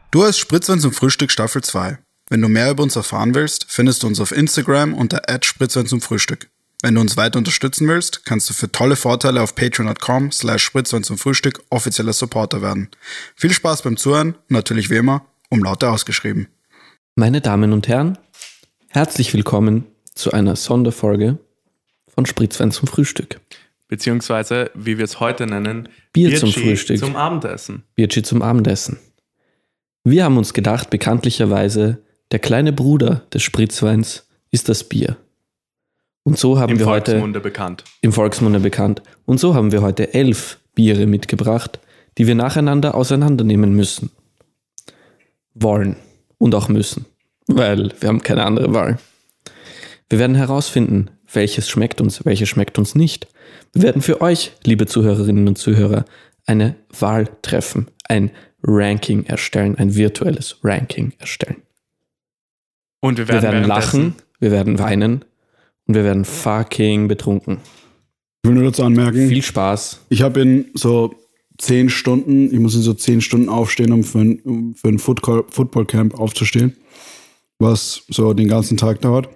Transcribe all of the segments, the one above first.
Du hast Spritzwein zum Frühstück Staffel 2. Wenn du mehr über uns erfahren willst, findest du uns auf Instagram unter @Spritzwein zum Frühstück. Wenn du uns weiter unterstützen willst, kannst du für tolle Vorteile auf patreon.com/Spritzwein zum Frühstück offizieller Supporter werden. Viel Spaß beim Zuhören und natürlich wie immer, Umlaute ausgeschrieben. Meine Damen und Herren, herzlich willkommen zu einer Sonderfolge von Spritzwein zum Frühstück. Beziehungsweise, wie wir es heute nennen, Bier zum Frühstück. Zum Abendessen. Bierchi zum Abendessen. Wir haben uns gedacht, bekanntlicherweise, der kleine Bruder des Spritzweins ist das Bier. Und so haben wir heute... Im Volksmunde bekannt. Und so haben wir heute 11 Biere mitgebracht, die wir nacheinander auseinandernehmen müssen. Wollen. Und auch müssen. Weil wir haben keine andere Wahl. Wir werden herausfinden, welches schmeckt uns nicht. Wir werden für euch, liebe Zuhörerinnen und Zuhörer, eine Wahl treffen, ein Ranking erstellen, ein virtuelles Ranking erstellen. Und wir werden lachen, wir werden weinen und wir werden fucking betrunken. Ich will nur dazu anmerken, viel Spaß. Ich habe in so 10 Stunden, ich muss in so 10 Stunden aufstehen, um für ein Footballcamp aufzustehen, was so den ganzen Tag dauert.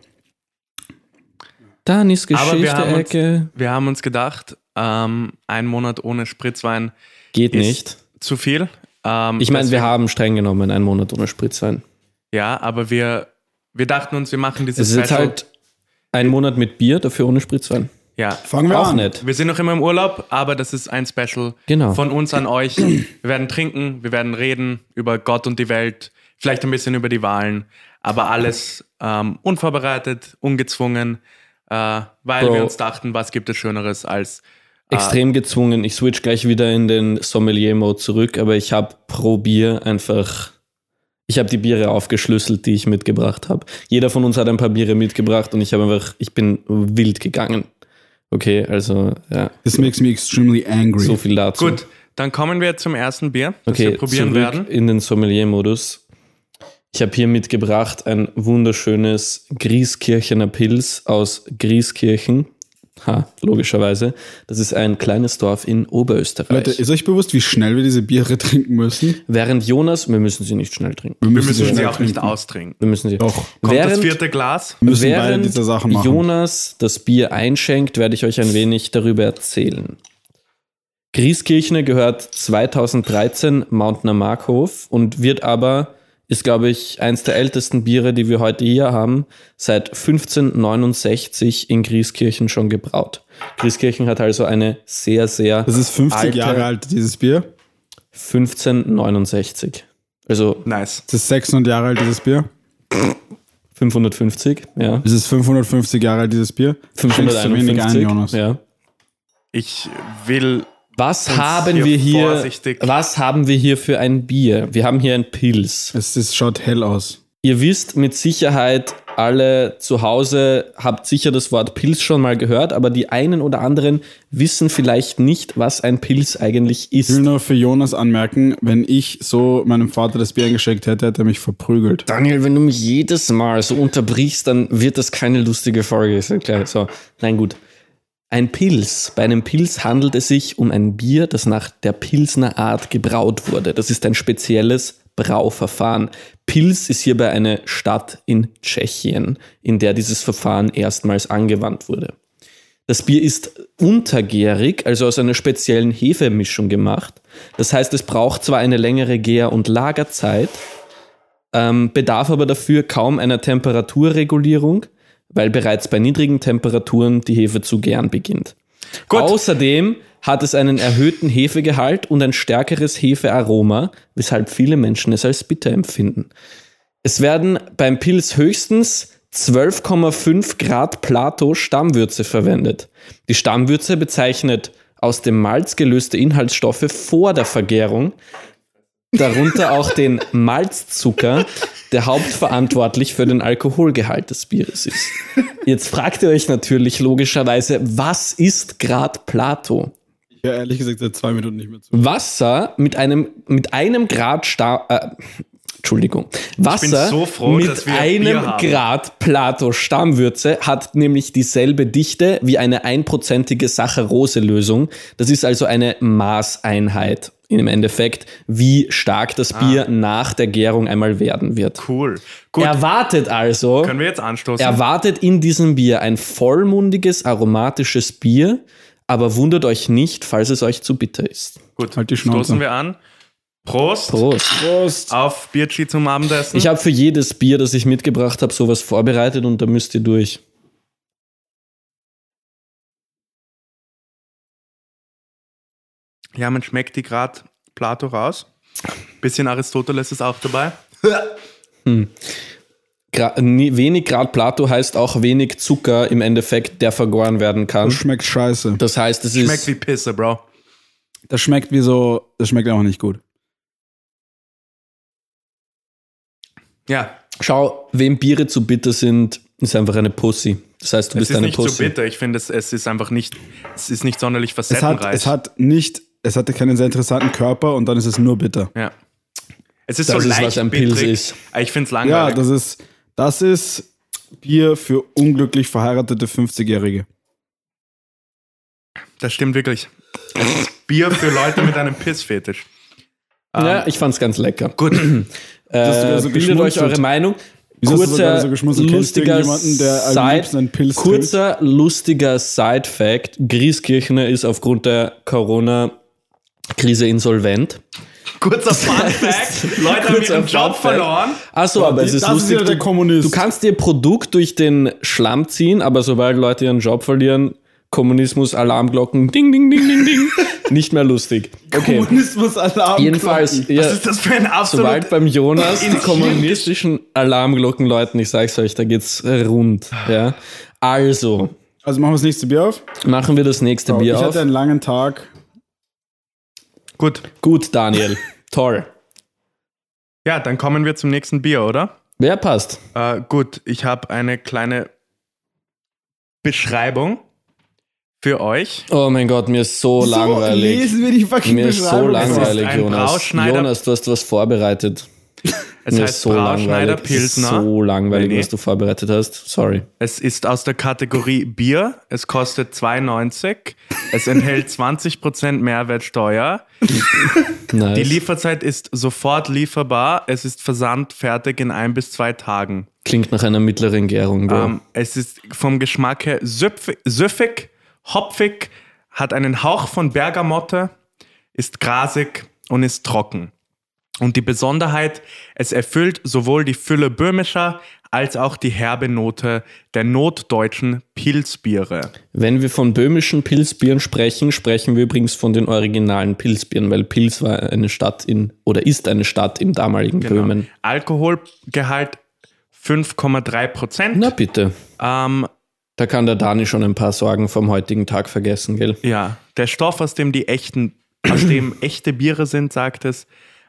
Danis Geschichte-Ecke. Wir haben uns gedacht, ein Monat ohne Spritzwein geht nicht. Zu viel. Ich meine, wir haben streng genommen einen Monat ohne Spritzwein. Ja, aber wir dachten uns, wir machen dieses Es ist jetzt halt ein Monat mit Bier, dafür ohne Spritzwein. Ja, fangen wir auch an. Nicht. Wir sind noch immer im Urlaub, aber das ist ein Special von uns an euch. Wir werden trinken, wir werden reden über Gott und die Welt, vielleicht ein bisschen über die Wahlen, aber alles unvorbereitet, ungezwungen, weil wir uns dachten, was gibt es Schöneres als... Extrem gezwungen. Ich switch gleich wieder in den Sommelier-Mode zurück, aber ich habe pro Bier einfach... Ich habe die Biere aufgeschlüsselt, die ich mitgebracht habe. Jeder von uns hat ein paar Biere mitgebracht und ich bin wild gegangen. Okay, also, ja. This makes me extremely angry. So viel dazu. Gut, dann kommen wir zum ersten Bier, das wir probieren werden. In den Sommelier-Modus. Ich habe hier mitgebracht ein wunderschönes Grieskirchener Pils aus Grieskirchen. Logischerweise. Das ist ein kleines Dorf in Oberösterreich. Leute, ist euch bewusst, wie schnell wir diese Biere trinken müssen? Während Jonas, wir müssen sie nicht schnell trinken. Wir müssen sie auch nicht austrinken. Wir müssen sie. Doch. Kommt das 4. Glas? Müssen beide diese Sachen machen. Jonas das Bier einschenkt, werde ich euch ein wenig darüber erzählen. Grieskirchner gehört 2013 Mauntner Markhof und ist, glaube ich, eins der ältesten Biere, die wir heute hier haben, seit 1569 in Grieskirchen schon gebraut. Grieskirchen hat also eine sehr, sehr Das ist 50 Jahre alt, dieses Bier? 1569. Also nice. Das ist 600 Jahre alt, dieses Bier? 550, ja. Es ist 550 Jahre alt, dieses Bier? 551, ein, Jonas. Ja. Ich will... Was haben wir hier für ein Bier? Wir haben hier ein Pils. Es schaut hell aus. Ihr wisst mit Sicherheit, alle zu Hause habt sicher das Wort Pils schon mal gehört, aber die einen oder anderen wissen vielleicht nicht, was ein Pils eigentlich ist. Ich will nur für Jonas anmerken, wenn ich so meinem Vater das Bier eingeschenkt hätte, hätte er mich verprügelt. Daniel, wenn du mich jedes Mal so unterbrichst, dann wird das keine lustige Folge. Ist ja klar. So, nein, gut. Ein Pils. Bei einem Pils handelt es sich um ein Bier, das nach der Pilsner Art gebraut wurde. Das ist ein spezielles Brauverfahren. Pils ist hierbei eine Stadt in Tschechien, in der dieses Verfahren erstmals angewandt wurde. Das Bier ist untergärig, also aus einer speziellen Hefemischung gemacht. Das heißt, es braucht zwar eine längere Gär- und Lagerzeit, bedarf aber dafür kaum einer Temperaturregulierung, weil bereits bei niedrigen Temperaturen die Hefe zu gären beginnt. Gut. Außerdem hat es einen erhöhten Hefegehalt und ein stärkeres Hefearoma, weshalb viele Menschen es als bitter empfinden. Es werden beim Pils höchstens 12,5 Grad Plato Stammwürze verwendet. Die Stammwürze bezeichnet aus dem Malz gelöste Inhaltsstoffe vor der Vergärung, darunter auch den Malzzucker, der hauptverantwortlich für den Alkoholgehalt des Bieres ist. Jetzt fragt ihr euch natürlich logischerweise, was ist Grad Plato? Ich höre ehrlich gesagt seit 2 Minuten nicht mehr zu. Wasser mit einem Grad Wasser so froh, mit einem Grad Plato-Stammwürze hat nämlich dieselbe Dichte wie eine 1%ige Saccharose-Lösung. Das ist also eine Maßeinheit im Endeffekt, wie stark das Bier nach der Gärung einmal werden wird. Cool. Gut. Erwartet also... Können wir jetzt anstoßen? Erwartet in diesem Bier ein vollmundiges, aromatisches Bier, aber wundert euch nicht, falls es euch zu bitter ist. Gut, halt die Schnauze. Stoßen wir an. Prost. Prost. Auf Bierchi zum Abendessen. Ich habe für jedes Bier, das ich mitgebracht habe, sowas vorbereitet und da müsst ihr durch. Ja, man schmeckt die Grad Plato raus. Bisschen Aristoteles ist auch dabei. Wenig Grad Plato heißt auch wenig Zucker im Endeffekt, der vergoren werden kann. Das schmeckt scheiße. Das heißt, es Schmeckt wie Pisse, Bro. Das schmeckt wie so, das schmeckt auch nicht gut. Ja. Schau, wem Biere zu bitter sind, ist einfach eine Pussy. Das heißt, du bist eine Pussy. Es ist nicht zu bitter. Ich finde, es ist einfach nicht, es ist nicht sonderlich facettenreich. Es hatte keinen sehr interessanten Körper und dann ist es nur bitter. Ja. Es ist Das so ist, leicht was ein bittrig. Pils ist. Ich finde es langweilig. Ja, das ist Bier für unglücklich verheiratete 50-Jährige. Das stimmt wirklich. Bier für Leute mit einem Pissfetisch. Ja, ich fand's ganz lecker. Gut. Bildet euch eure Meinung. Kurzer, lustiger Side-Fact. Grieskirchner ist aufgrund der Corona-Krise insolvent. Kurzer Fun-Fact. Leute haben ihren Job verloren. Achso, aber es ist lustig. Du kannst dir Produkt durch den Schlamm ziehen, aber sobald Leute ihren Job verlieren, Kommunismus, Alarmglocken, ding, ding, ding, ding, ding. Nicht mehr lustig. Okay. Kommunismus, Alarmglocken. Jedenfalls, ja, was ist das für ein absolut... Sobald beim Jonas die kommunistischen Alarmglocken läuten, ich sag's euch, da geht's rund. Ja. Also machen wir das nächste Bier auf? Machen wir das nächste Bier auf. Ich hatte einen langen Tag. Gut, Daniel. Toll. Ja, dann kommen wir zum nächsten Bier, oder? Wer passt? Gut, ich habe eine kleine Beschreibung für euch. Oh mein Gott, mir ist so langweilig. Lesen wir die fucking Mir ist so langweilig, ein Jonas. Jonas, du hast was vorbereitet. Es mir heißt ist so Brauschneider langweilig. Es ist Pilsner. so langweilig, Nee. was du vorbereitet hast. Sorry. Es ist aus der Kategorie Bier. Es kostet 2,90. Es enthält 20% Mehrwertsteuer. Nice. Die Lieferzeit ist sofort lieferbar. Es ist versandfertig in 1 bis 2 Tagen. Klingt nach einer mittleren Gärung. Bro. Es ist vom Geschmack her süffig, hopfig, hat einen Hauch von Bergamotte, ist grasig und ist trocken. Und die Besonderheit, es erfüllt sowohl die Fülle böhmischer als auch die herbe Note der norddeutschen Pilzbiere. Wenn wir von böhmischen Pilzbieren sprechen, sprechen wir übrigens von den originalen Pilzbieren, weil Pils war eine Stadt ist eine Stadt im damaligen Böhmen. Alkoholgehalt 5,3%. Na bitte. Da kann der Dani schon ein paar Sorgen vom heutigen Tag vergessen, gell? Ja, der Stoff, aus dem echte Biere sind, sagt es.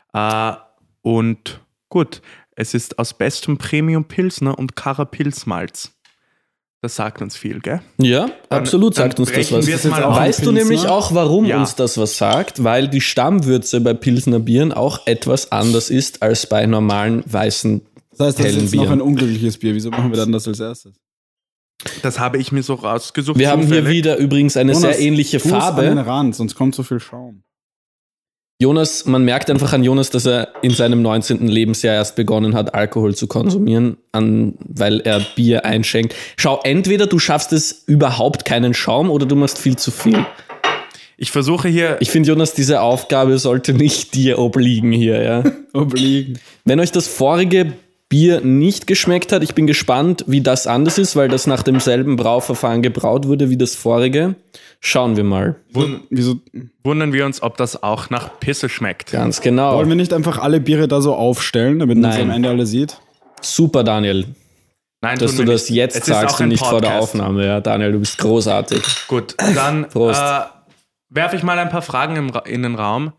Und gut, es ist aus bestem Premium-Pilsner und Karrer-Pilzmalz. Das sagt uns viel, gell? Ja, absolut sagt uns das was. Weißt du nämlich auch, warum uns das was sagt? Weil die Stammwürze bei Pilsner Bieren auch etwas anders ist als bei normalen weißen Das heißt, das ist hellen jetzt noch Bieren. ein unglückliches Bier. Wieso machen wir dann das als erstes? Das habe ich mir so rausgesucht. Wir haben hier wieder übrigens eine Jonas, sehr ähnliche tu es an den Farbe. Rand, sonst kommt so viel Schaum. Jonas, man merkt einfach an Jonas, dass er in seinem 19. Lebensjahr erst begonnen hat, Alkohol zu konsumieren, weil er Bier einschenkt. Schau, entweder du schaffst es überhaupt keinen Schaum oder du machst viel zu viel. Ich versuche hier... Ich finde, Jonas, diese Aufgabe sollte nicht dir obliegen hier, ja. Obliegen. Wenn euch das vorige Bier nicht geschmeckt hat, ich bin gespannt, wie das anders ist, weil das nach demselben Brauverfahren gebraut wurde wie das vorige. Schauen wir mal. Wieso? Wundern wir uns, ob das auch nach Pisse schmeckt. Ganz genau. Wollen wir nicht einfach alle Biere da so aufstellen, damit man es am Ende alle sieht? Super, Daniel. Nein, Dass du das jetzt sagst und nicht vor der Aufnahme. Ja, Daniel, du bist großartig. Gut, dann Prost. werfe ich mal ein paar Fragen in den Raum.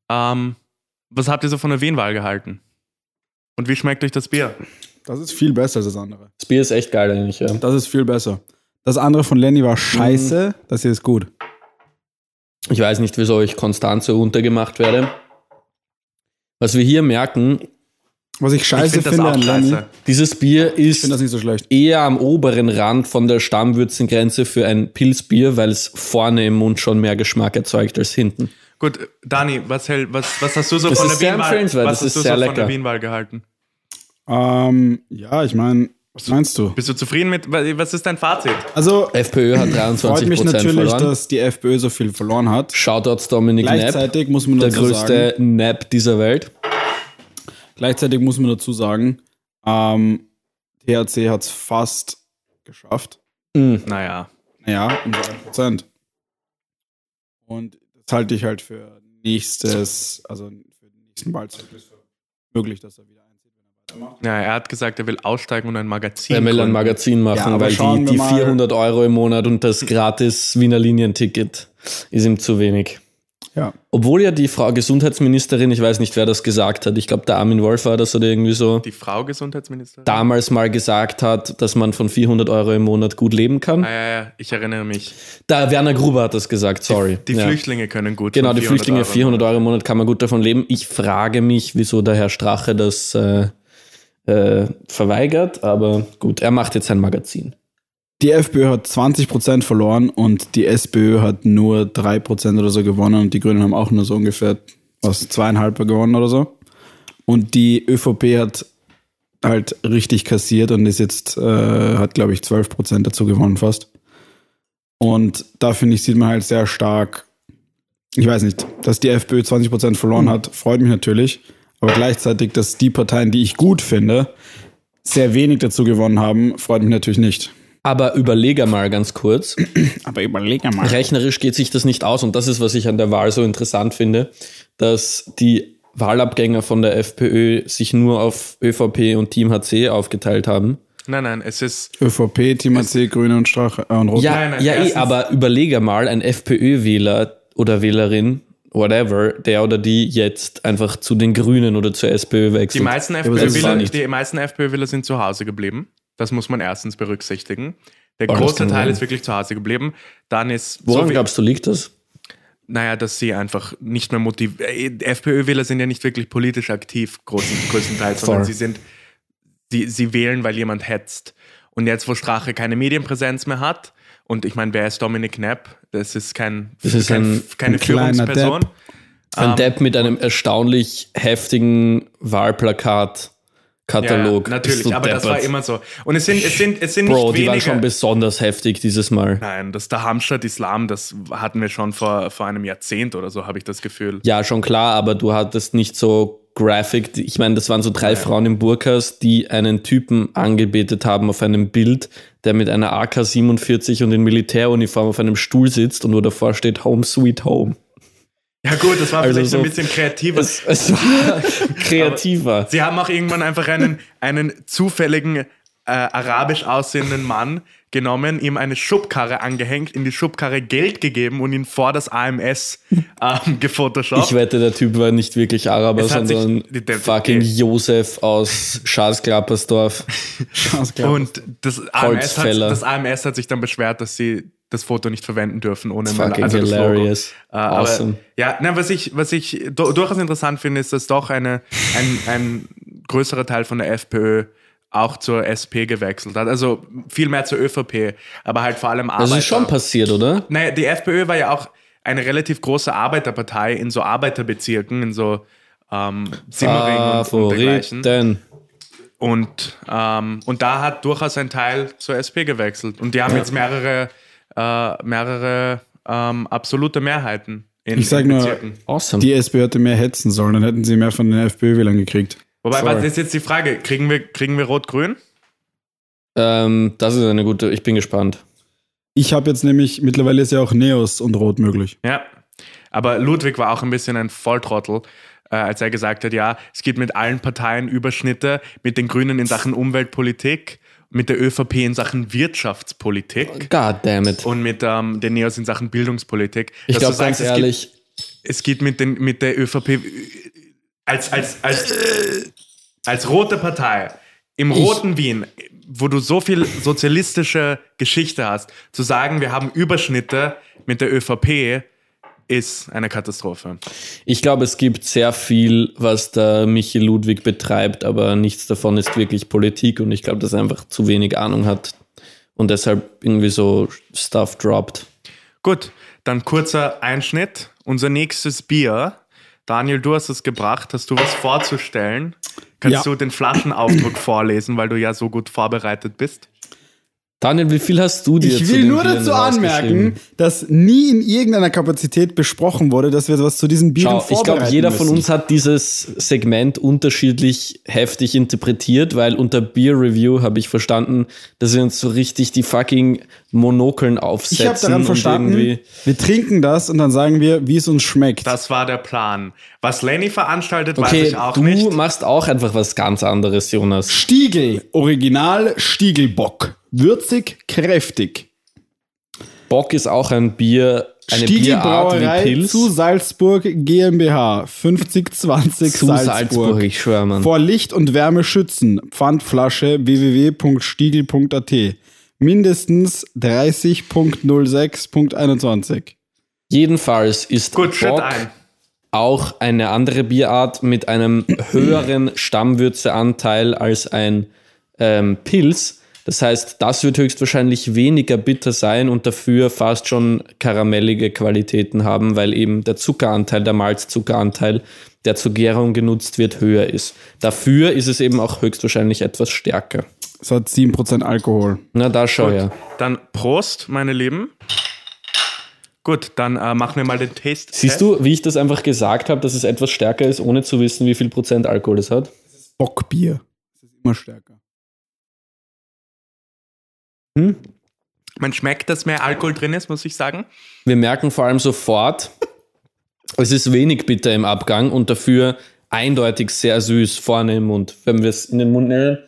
Was habt ihr so von der Wienwahl gehalten? Und wie schmeckt euch das Bier? Das ist viel besser als das andere. Das Bier ist echt geil eigentlich, ja. Das ist viel besser. Das andere von Lenny war scheiße, das hier ist gut. Ich weiß nicht, wieso ich konstant so untergemacht werde. Was wir hier merken, Was ich scheiße finde an Lenny, dieses Bier ich ist finde das nicht so schlecht. eher am oberen Rand von der Stammwürzengrenze für ein Pilzbier, weil es vorne im Mund schon mehr Geschmack erzeugt als hinten. Gut, Dani, was hast du so das von ist der Wien-Wahl? Was hast du so von der Wien-Wahl gehalten? Ja, ich meine, was meinst du? Bist du zufrieden mit, was ist dein Fazit? Also, FPÖ hat 23% freut mich natürlich, verloren. dass die FPÖ so viel verloren hat. Shoutouts Dominik Knapp, Gleichzeitig muss man der dazu größte sagen, Nap dieser Welt. Gleichzeitig muss man dazu sagen, THC hat es fast geschafft. Naja. Ja, um 1%. Und das halte ich halt für für den nächsten Wahlzyklus möglich, dass er wieder einzieht, wenn er weitermacht. Ja, er hat gesagt, er will aussteigen und ein Magazin Er will ein gründen. Magazin machen, Ja, weil schauen die wir mal. 400 Euro im Monat und das gratis Wiener Linienticket ist ihm zu wenig. Ja. Obwohl ja die Frau Gesundheitsministerin, ich weiß nicht, wer das gesagt hat, ich glaube, der Armin Wolf war das oder irgendwie so, Die Frau Gesundheitsministerin? damals mal gesagt hat, dass man von 400 Euro im Monat gut leben kann. Ja, ich erinnere mich. Da Werner Gruber hat das gesagt, sorry. Die Ja. Flüchtlinge können gut. Genau, von die Flüchtlinge, 400 400 Euro im Monat kann man gut davon leben. Ich frage mich, wieso der Herr Strache das verweigert, aber gut, er macht jetzt ein Magazin. Die FPÖ hat 20% verloren und die SPÖ hat nur 3% oder so gewonnen und die Grünen haben auch nur so ungefähr 2,5 gewonnen oder so. Und die ÖVP hat halt richtig kassiert und ist jetzt, hat glaube ich 12% dazu gewonnen fast. Und da finde ich, sieht man halt sehr stark, ich weiß nicht, dass die FPÖ 20% verloren hat, freut mich natürlich, aber gleichzeitig, dass die Parteien, die ich gut finde, sehr wenig dazu gewonnen haben, freut mich natürlich nicht. Aber überlege mal ganz kurz. mal. Rechnerisch geht sich das nicht aus und das ist, was ich an der Wahl so interessant finde, dass die Wahlabgänger von der FPÖ sich nur auf ÖVP und Team HC aufgeteilt haben. Nein, es ist... ÖVP, Team AC, Grüne und Strache und Rot. Nein, Aber überlege mal, ein FPÖ-Wähler oder Wählerin, whatever, der oder die jetzt einfach zu den Grünen oder zur SPÖ wechselt. Die meisten FPÖ-Wähler sind zu Hause geblieben. Das muss man erstens berücksichtigen. Der große Teil ist wirklich zu Hause geblieben. Dann ist... Woran glaubst du, liegt das? Naja, dass sie einfach nicht mehr motiviert... FPÖ-Wähler sind ja nicht wirklich politisch aktiv, größtenteils, sondern sie wählen, weil jemand hetzt. Und jetzt, wo Strache keine Medienpräsenz mehr hat, und ich meine, wer ist Dominik Knapp? Das ist keine Führungsperson. Ein Depp mit einem erstaunlich heftigen Wahlplakat. Katalog. Ja, natürlich, aber deppert. Das war immer so. Und es sind nicht Bro, die wenige. waren schon besonders heftig dieses Mal. Nein, der Hamstadt-Islam, das hatten wir schon vor einem Jahrzehnt oder so, habe ich das Gefühl. Ja, schon klar, aber du hattest nicht so graphic. Ich meine, das waren so 3 Frauen in Burkas, die einen Typen angebetet haben auf einem Bild, der mit einer AK-47 und in Militäruniform auf einem Stuhl sitzt und wo davor steht Home Sweet Home. Ja gut, das war vielleicht so ein bisschen kreativer. Es war kreativer. Sie haben auch irgendwann einfach einen zufälligen arabisch aussehenden Mann genommen, ihm eine Schubkarre angehängt, in die Schubkarre Geld gegeben und ihn vor das AMS gefotoshoppt. Ich wette, der Typ war nicht wirklich Araber, sondern fucking Josef aus Schaas-Klappersdorf. Und das AMS hat sich dann beschwert, dass sie das Foto nicht verwenden dürfen ohne fucking hilarious. Awesome. Was ich durchaus interessant finde, ist, dass doch ein größerer Teil von der FPÖ auch zur SP gewechselt hat. Also viel mehr zur ÖVP, aber halt vor allem Arbeiter. Das ist schon passiert, oder? Naja, die FPÖ war ja auch eine relativ große Arbeiterpartei in so Arbeiterbezirken, in so Simmering und dergleichen. Und da hat durchaus ein Teil zur SP gewechselt. Und die haben jetzt mehrere absolute Mehrheiten in Ich sage nur, awesome. Die SPÖ hätte mehr hetzen sollen, dann hätten sie mehr von den FPÖ-Wählern gekriegt. Wobei, was ist jetzt die Frage? Kriegen wir Rot-Grün? Das ist eine gute, ich bin gespannt. Ich habe jetzt nämlich, mittlerweile ist ja auch Neos und Rot möglich. Ja, aber Ludwig war auch ein bisschen ein Volltrottel, als er gesagt hat, ja, es gibt mit allen Parteien Überschnitte, mit den Grünen in Sachen Umweltpolitik, mit der ÖVP in Sachen Wirtschaftspolitik. God damn it. Und mit den Neos in Sachen Bildungspolitik. Ich glaube, ganz ehrlich, es gibt mit der ÖVP als rote Partei im roten Wien, wo du so viel sozialistische Geschichte hast, zu sagen, wir haben Überschnitte mit der ÖVP, ist eine Katastrophe. Ich glaube, es gibt sehr viel, was der Michi Ludwig betreibt, aber nichts davon ist wirklich Politik und ich glaube, dass er einfach zu wenig Ahnung hat und deshalb irgendwie so Stuff droppt. Gut, dann kurzer Einschnitt unser nächstes Bier. Daniel, du hast es gebracht. Hast du was vorzustellen? Kannst du den Flaschenaufdruck vorlesen, weil du ja so gut vorbereitet bist? Daniel, wie viel hast du dir Ich will nur dazu anmerken, dass nie in irgendeiner Kapazität besprochen wurde, dass wir was zu diesen Bieren vorbereiten ich glaube, jeder müssen. von uns hat dieses Segment unterschiedlich heftig interpretiert, weil unter Beer Review habe ich verstanden, dass wir uns so richtig die fucking Monokeln aufsetzen. Ich habe daran verstanden, wir trinken das und dann sagen wir, wie es uns schmeckt. Das war der Plan. Was Lenny veranstaltet, weiß ich auch du nicht. Du machst auch einfach was ganz anderes, Jonas. Stiegl, Original Stiegelbock. Würzig, kräftig. Bock ist auch ein Bier, eine Bierart wie Pils. Zu Salzburg GmbH, 5020 zu Salzburg. Ich schwöre, Mann. Vor Licht und Wärme schützen. Pfandflasche www.stiegl.at. Mindestens 30.06.21. Jedenfalls ist Bock auch eine andere Bierart mit einem höheren Stammwürzeanteil als ein Pils. Das heißt, das wird höchstwahrscheinlich weniger bitter sein und dafür fast schon karamellige Qualitäten haben, weil eben der Zuckeranteil, der Malzzuckeranteil, der zur Gärung genutzt wird, höher ist. Dafür ist es eben auch höchstwahrscheinlich etwas stärker. Es hat 7% Alkohol. Na, da schau her. Dann Prost, meine Lieben. Gut, dann machen wir mal den Taste. Siehst du, wie ich das einfach gesagt habe, dass es etwas stärker ist, ohne zu wissen, wie viel Prozent Alkohol es hat? Das ist Bockbier. Das ist immer stärker. Man schmeckt, dass mehr Alkohol drin ist, muss ich sagen. Wir merken vor allem sofort, es ist wenig bitter im Abgang und dafür eindeutig sehr süß vorne im Mund. Wenn wir es in den Mund nehmen.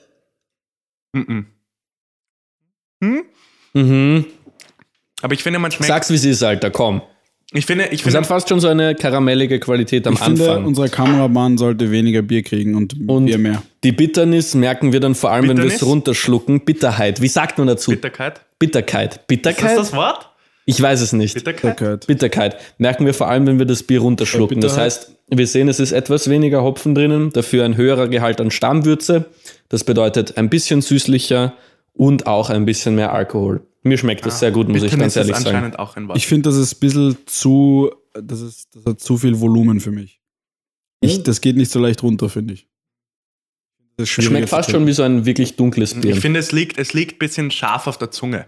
Aber ich finde, man schmeckt... Sag's, wie es ist, Alter, komm. Ich finde, es hat fast schon so eine karamellige Qualität am Anfang. Ich finde, unser Kameramann sollte weniger Bier kriegen und Bier mehr. Die Bitternis merken wir dann vor allem, wenn wir es runterschlucken. Bitterheit. Wie sagt man dazu? Bitterkeit. Ist das das Wort? Ich weiß es nicht. Bitterkeit. Merken wir vor allem, wenn wir das Bier runterschlucken. Das heißt, wir sehen, es ist etwas weniger Hopfen drinnen, dafür ein höherer Gehalt an Stammwürze. Das bedeutet ein bisschen süßlicher und auch ein bisschen mehr Alkohol. Mir schmeckt das sehr gut, muss ich ganz ehrlich sagen. Auch ein Wort. Ich finde, das ist ein bisschen das hat zu viel Volumen für mich. Das geht nicht so leicht runter, finde ich. Es schmeckt fast schon wie so ein wirklich dunkles Bier. Ich finde, es liegt ein bisschen scharf auf der Zunge.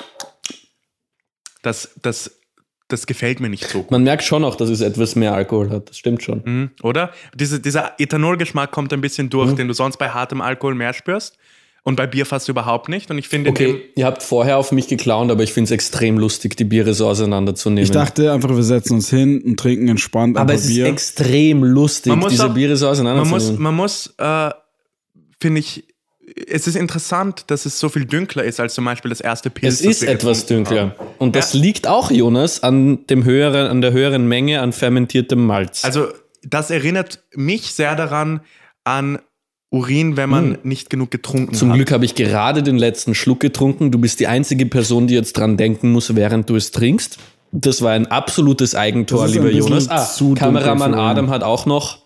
Das gefällt mir nicht so gut. Man merkt schon auch, dass es etwas mehr Alkohol hat. Das stimmt schon. Oder? Dieser Ethanolgeschmack kommt ein bisschen durch, den du sonst bei hartem Alkohol mehr spürst. Und bei Bier fast überhaupt nicht. Und ich finde, ihr habt vorher auf mich geklaunt, aber ich finde es extrem lustig, die Biere so auseinanderzunehmen. Ich dachte einfach, wir setzen uns hin und trinken entspannt ein paar Bier. Aber es ist extrem lustig, diese Biere so auseinanderzunehmen. Man muss, finde ich, es ist interessant, dass es so viel dünkler ist als zum Beispiel das erste Pils. Es ist etwas dünkler. Und das liegt auch, Jonas, an der höheren Menge an fermentiertem Malz. Also das erinnert mich sehr daran an Urin, wenn man nicht genug getrunken hat. Zum Glück habe ich gerade den letzten Schluck getrunken. Du bist die einzige Person, die jetzt dran denken muss, während du es trinkst. Das war ein absolutes Eigentor, lieber Jonas. Kameramann Adam hat auch noch.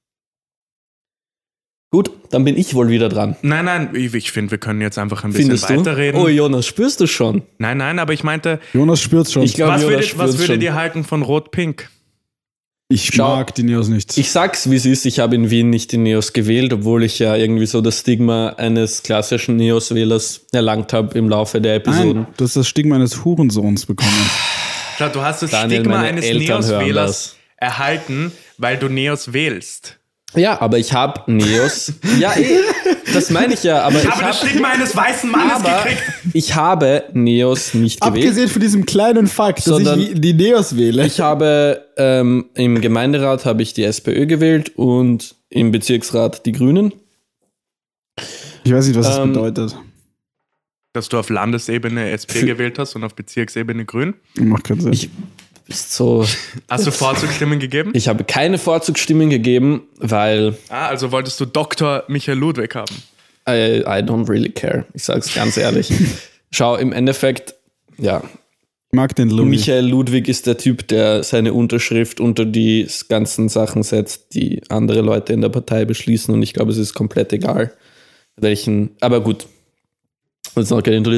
Gut, dann bin ich wohl wieder dran. Nein, ich finde, wir können jetzt einfach ein bisschen weiterreden. Oh, Jonas, spürst du schon? Nein, aber ich meinte... Jonas spürt schon. Ich glaub, was würdet ihr halten von Rot-Pink? Ich mag die Neos nicht. Ich sag's, wie es ist. Ich habe in Wien nicht die Neos gewählt, obwohl ich ja irgendwie so das Stigma eines klassischen Neos-Wählers erlangt habe im Laufe der Episoden. Nein, du hast das Stigma eines Hurensohns bekommen. Schau, du hast das Stigma eines Neos-Wählers erhalten, weil du Neos wählst. Ja, aber ich habe Neos. Ja, das meine ich ja. Aber ich habe das Stigma eines weißen Mannes gekriegt. Ich habe Neos nicht gewählt. Abgesehen von diesem kleinen Fakt, dass ich die Neos wähle. Ich habe im Gemeinderat habe ich die SPÖ gewählt und im Bezirksrat die Grünen. Ich weiß nicht, was das bedeutet. Dass du auf Landesebene SP gewählt hast und auf Bezirksebene Grün? Macht keinen Sinn. Hast du Vorzugsstimmen gegeben? Ich habe keine Vorzugsstimmen gegeben, weil... also wolltest du Dr. Michael Ludwig haben? I don't really care. Ich sage es ganz ehrlich. Schau, im Endeffekt, ja. Ich mag den Louis. Michael Ludwig ist der Typ, der seine Unterschrift unter die ganzen Sachen setzt, die andere Leute in der Partei beschließen. Und ich glaube, es ist komplett egal, welchen... Aber gut.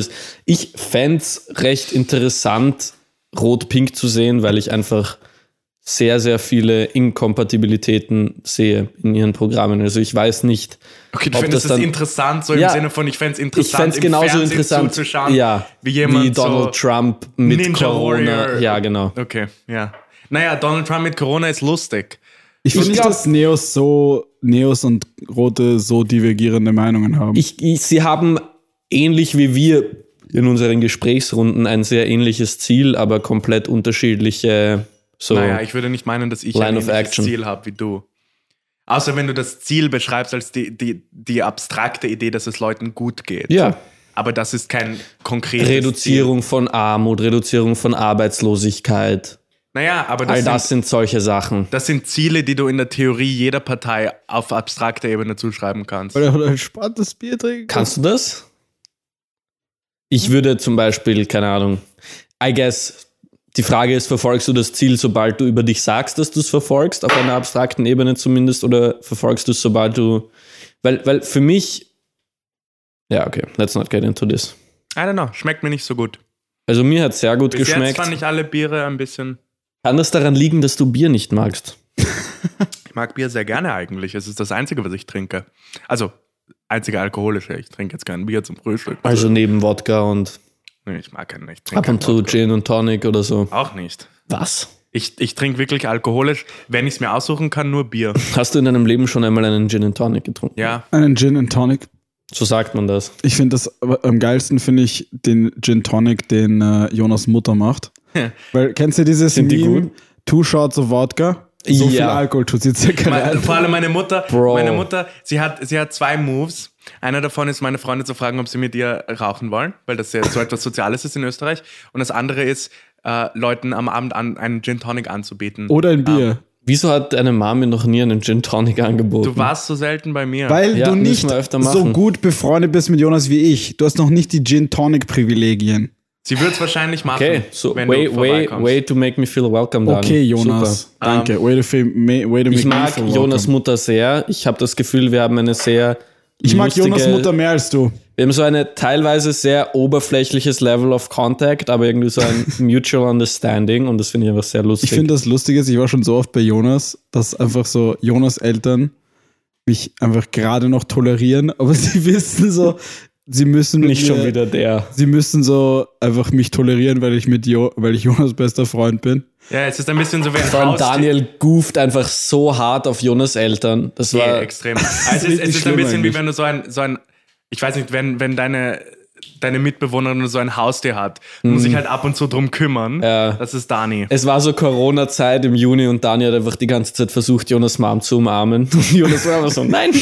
Ich fände es recht interessant, Rot-Pink zu sehen, weil ich einfach sehr, sehr viele Inkompatibilitäten sehe in ihren Programmen. Also ich weiß nicht, okay, du findest es interessant, so im Sinne von, ich fände es interessant, im genauso Fernsehen interessant zuzuschauen, wie Donald Trump mit Ninja Corona. Warrior. Ja, genau. Okay, ja. Naja, Donald Trump mit Corona ist lustig. Ich finde nicht, dass Neos und Rote so divergierende Meinungen haben. Sie haben ähnlich wie wir in unseren Gesprächsrunden ein sehr ähnliches Ziel, aber komplett unterschiedliche Naja, ich würde nicht meinen, dass ich ein ähnliches Ziel habe wie du. Außer wenn du das Ziel beschreibst als die abstrakte Idee, dass es Leuten gut geht. Ja. Aber das ist kein konkretes Reduzierung von Armut, Reduzierung von Arbeitslosigkeit. Naja, aber das sind solche Sachen. Das sind Ziele, die du in der Theorie jeder Partei auf abstrakter Ebene zuschreiben kannst. Oder ein spannendes Bier trinken. Kannst du das? Ich würde zum Beispiel, keine Ahnung, I guess, die Frage ist, verfolgst du das Ziel, sobald du über dich sagst, dass du es verfolgst, auf einer abstrakten Ebene zumindest, oder verfolgst du es, sobald du, weil für mich, ja, okay, let's not get into this. I don't know, schmeckt mir nicht so gut. Also mir hat es sehr gut geschmeckt. Jetzt fand ich alle Biere ein bisschen... Kann das daran liegen, dass du Bier nicht magst? Ich mag Bier sehr gerne eigentlich. Es ist das Einzige, was ich trinke. Also, einzige alkoholische. Ich trinke jetzt kein Bier zum Frühstück. Also neben Wodka und... Nee, ich mag keinen nicht. Ab und zu Gin und Tonic oder so. Auch nicht. Was? Ich trinke wirklich alkoholisch, wenn ich es mir aussuchen kann, nur Bier. Hast du in deinem Leben schon einmal einen Gin and Tonic getrunken? Ja. Einen Gin and Tonic? So sagt man das. Ich finde das, am geilsten finde ich den Gin Tonic, den Jonas Mutter macht. Weil, kennst du dieses Meme? 2 Shots of Wodka? So viel Alkohol tut sie circa rein. Vor allem meine Mutter, sie hat 2 Moves. Einer davon ist, meine Freunde zu fragen, ob sie mit ihr rauchen wollen, weil das ja so etwas Soziales ist in Österreich. Und das andere ist, Leuten am Abend einen Gin Tonic anzubieten. Oder ein Bier. Wieso hat deine Mama mir noch nie einen Gin Tonic angeboten? Du warst so selten bei mir. Weil du nicht so gut befreundet bist mit Jonas wie ich. Du hast noch nicht die Gin Tonic Privilegien. Sie wird es wahrscheinlich machen, okay, so wenn du vorbeikommst. Way to make me feel welcome, Dani. Okay, Jonas. Super. Danke. Way to make ich mag Jonas Mutter sehr. Ich habe das Gefühl, wir haben eine sehr Ich mag Jonas Mutter mehr als du. Wir haben so eine teilweise sehr oberflächliches Level of Contact, aber irgendwie so ein Mutual Understanding, und das finde ich einfach sehr lustig. Ich finde das Lustige, ich war schon so oft bei Jonas, dass einfach so Jonas Eltern mich einfach gerade noch tolerieren, aber sie wissen so, sie müssen nicht schon wieder der. Sie müssen so einfach mich tolerieren, weil ich Jonas bester Freund bin. Ja, es ist ein bisschen so wie ein Vor allem Daniel gooft einfach so hart auf Jonas Eltern. Das war extrem. Also es ist ein bisschen wie wenn du so ein ich weiß nicht, wenn deine Mitbewohnerin so ein Haustier hat, muss sich halt ab und zu drum kümmern. Ja. Das ist Dani. Es war so Corona-Zeit im Juni und Dani hat einfach die ganze Zeit versucht, Jonas Mom zu umarmen. Und Jonas war einfach so, nein.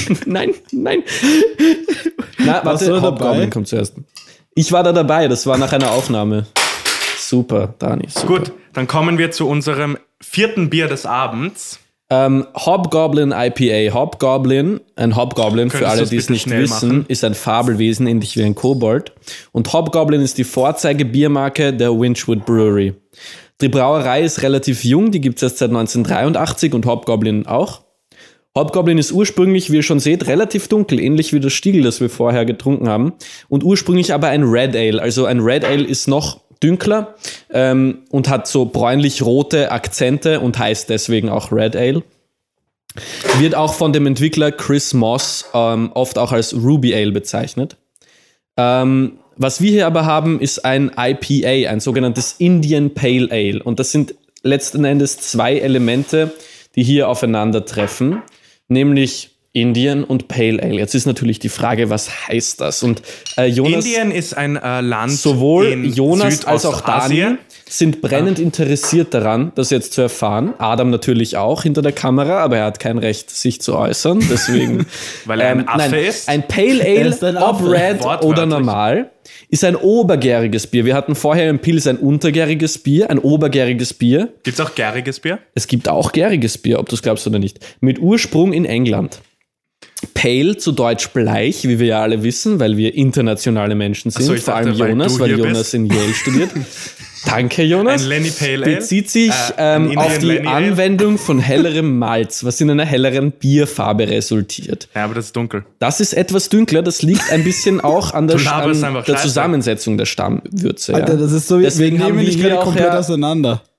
Na, warte, Hobgoblin kommt zuerst. Ich war da dabei, das war nach einer Aufnahme. Super, Dani, super. Gut, dann kommen wir zu unserem 4. Bier des Abends. Hobgoblin IPA. Ein Hobgoblin, für alle, die es nicht wissen, ist ein Fabelwesen, ähnlich wie ein Kobold. Und Hobgoblin ist die Vorzeigebiermarke der Winchwood Brewery. Die Brauerei ist relativ jung, die gibt es erst seit 1983 und Hobgoblin auch. Hobgoblin ist ursprünglich, wie ihr schon seht, relativ dunkel, ähnlich wie das Stiegel, das wir vorher getrunken haben. Und ursprünglich aber ein Red Ale. Also ein Red Ale ist noch dünkler und hat so bräunlich-rote Akzente und heißt deswegen auch Red Ale. Wird auch von dem Entwickler Chris Moss oft auch als Ruby Ale bezeichnet. Was wir hier aber haben, ist ein IPA, ein sogenanntes Indian Pale Ale. Und das sind letzten Endes 2 Elemente, die hier aufeinandertreffen, nämlich Indien und Pale Ale. Jetzt ist natürlich die Frage, was heißt das? Und Jonas, Indien ist ein Land sowohl in Jonas als auch Dani sind brennend interessiert daran, das jetzt zu erfahren. Adam natürlich auch hinter der Kamera, aber er hat kein Recht, sich zu äußern. Deswegen, weil er ein Affe ist. Ein Pale Ale, ob Red oder normal, ist ein obergäriges Bier. Wir hatten vorher im Pils ein untergäriges Bier, ein obergäriges Bier. Gibt es auch gäriges Bier? Es gibt auch gäriges Bier, ob du es glaubst oder nicht. Mit Ursprung in England. Pale, zu Deutsch bleich, wie wir ja alle wissen, weil wir internationale Menschen sind. Vor allem Jonas, weil Jonas in Yale studiert. Danke, Jonas. Ein Lenny Pale Ale. Bezieht sich auf die Lenny Anwendung von hellerem Malz, was in einer helleren Bierfarbe resultiert. Ja, aber das ist dunkel. Das ist etwas dunkler, das liegt ein bisschen auch an der Zusammensetzung der Stammwürze. Alter, das ist so, deswegen wir nehmen dich gerade komplett auseinander.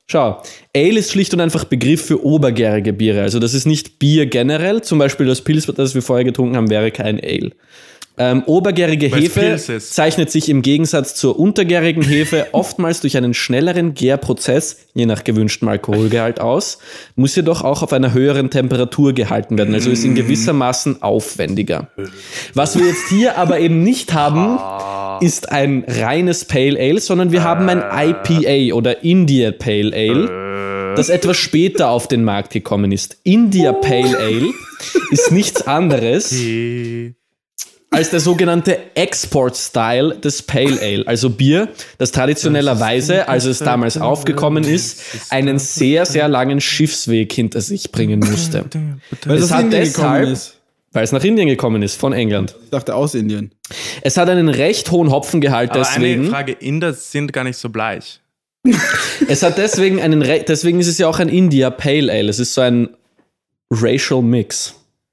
Schau, Ale ist schlicht und einfach Begriff für obergärige Biere. Also das ist nicht Bier generell. Zum Beispiel das Pils, das wir vorher getrunken haben, wäre kein Ale. Obergärige Hefe zeichnet sich im Gegensatz zur untergärigen Hefe oftmals durch einen schnelleren Gärprozess, je nach gewünschtem Alkoholgehalt aus, muss jedoch auch auf einer höheren Temperatur gehalten werden, also ist in gewissermaßen aufwendiger. Was wir jetzt hier aber eben nicht haben, ist ein reines Pale Ale, sondern wir haben ein IPA oder India Pale Ale, das etwas später auf den Markt gekommen ist. India Pale Ale ist nichts anderes als der sogenannte Export-Style des Pale Ale, also Bier, das traditionellerweise, als es damals aufgekommen ist, einen sehr, sehr langen Schiffsweg hinter sich bringen musste. Weil es hat deshalb, weil es nach Indien gekommen ist, von England. Ich dachte aus Indien. Es hat einen recht hohen Hopfengehalt, aber deswegen. Eine Frage, Inder sind gar nicht so bleich. Es hat deswegen deswegen ist es ja auch ein India Pale Ale. Es ist so ein Racial Mix.